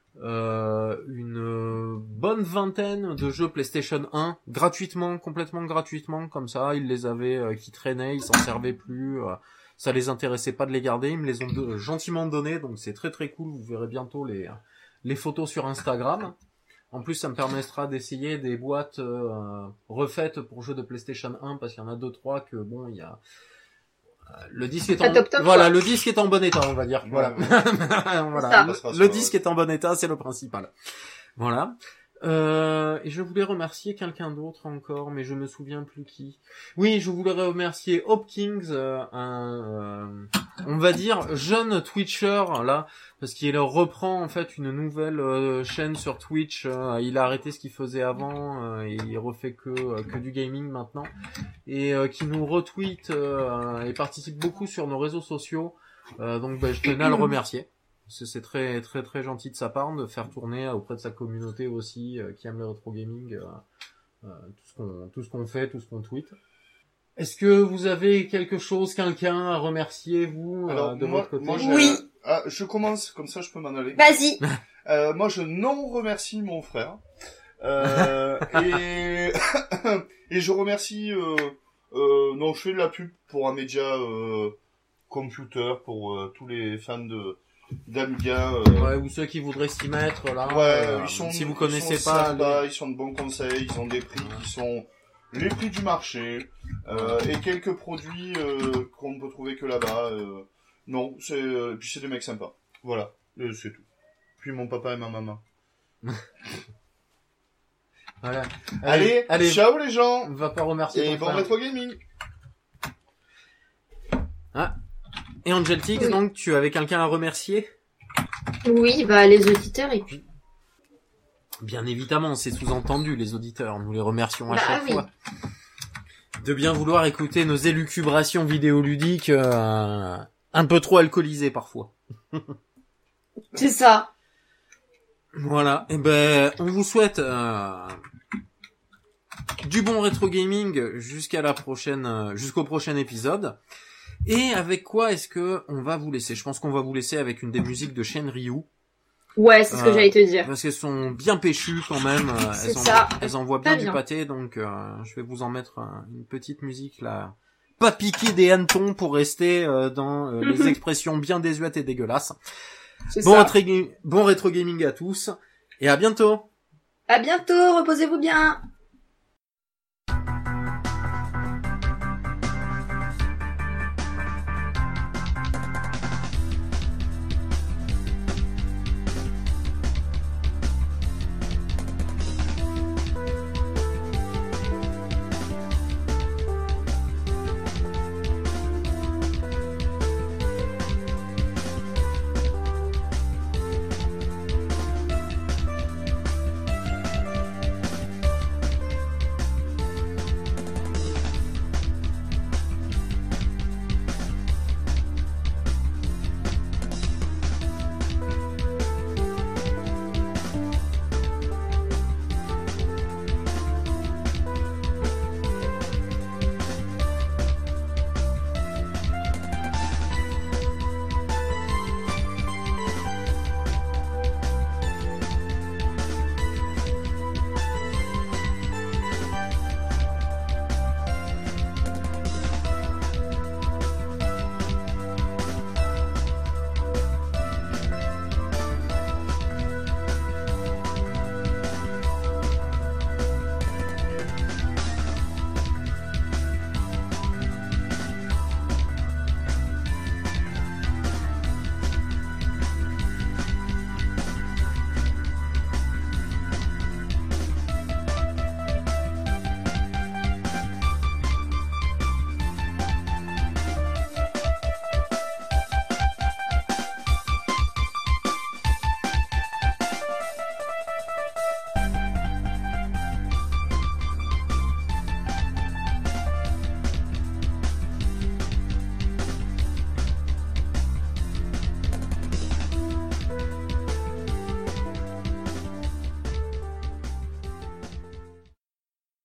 une bonne vingtaine de jeux PlayStation 1 gratuitement, complètement gratuitement, comme ça. Ils les avaient qui traînaient, ils s'en servaient plus. Ça les intéressait pas de les garder. Ils me les ont gentiment donnés, donc c'est très très cool. Vous verrez bientôt les photos sur Instagram. En plus, ça me permettra d'essayer des boîtes refaites pour jeux de PlayStation 1 parce qu'il y en a 2-3 que bon, il y a le disque est en le disque est en bon état, on va dire. Voilà. Voilà. Le disque est en bon état, c'est le principal. Voilà. Et je voulais remercier quelqu'un d'autre encore, mais je me souviens plus qui. Oui, je voulais remercier Hopkins, on va dire jeune Twitcher là, parce qu'il reprend en fait une nouvelle chaîne sur Twitch. Il a arrêté ce qu'il faisait avant et il refait que du gaming maintenant, et qui nous retweet et participe beaucoup sur nos réseaux sociaux. Donc je tenais à le remercier. C'est très très très gentil de sa part de faire tourner auprès de sa communauté aussi qui aime le rétro gaming tout ce qu'on fait, tout ce qu'on tweet. Est-ce que vous avez quelqu'un à remercier vous de votre côté? Oui. Je commence comme ça, je peux m'en aller. Vas-y. Moi, je non remercie mon frère et et je remercie non, je fais de la pub pour un média computer pour tous les fans d'Amiga ouais, ou ceux qui voudraient s'y mettre là. Ouais, si vous connaissez ils sont de bons conseils, ils ont des prix qui sont les prix du marché et quelques produits qu'on ne peut trouver que là-bas. Non, puis c'est des mecs sympas. Voilà, c'est tout. Puis mon papa et ma maman. Voilà. Allez, ciao les gens. On va pas remercier. Et bon rétro gaming. Et Angeltix, oui. Donc tu avais quelqu'un à remercier? Oui, les auditeurs et puis. Bien évidemment, c'est sous-entendu, les auditeurs. Nous les remercions à chaque fois. De bien vouloir écouter nos élucubrations vidéoludiques un peu trop alcoolisées parfois. C'est ça. Voilà. Et on vous souhaite du bon rétro gaming jusqu'au prochain épisode. Et avec quoi est-ce que on va vous laisser? Je pense qu'on va vous laisser avec une des musiques de Shenryu. Ouais, c'est ce que j'allais te dire. Parce qu'elles sont bien péchues quand même. Elles envoient bien du pâté, donc je vais vous en mettre une petite musique là. Pas piquer des hannetons pour rester dans les expressions bien désuètes et dégueulasses. Bon rétro gaming à tous et à bientôt. À bientôt, reposez-vous bien.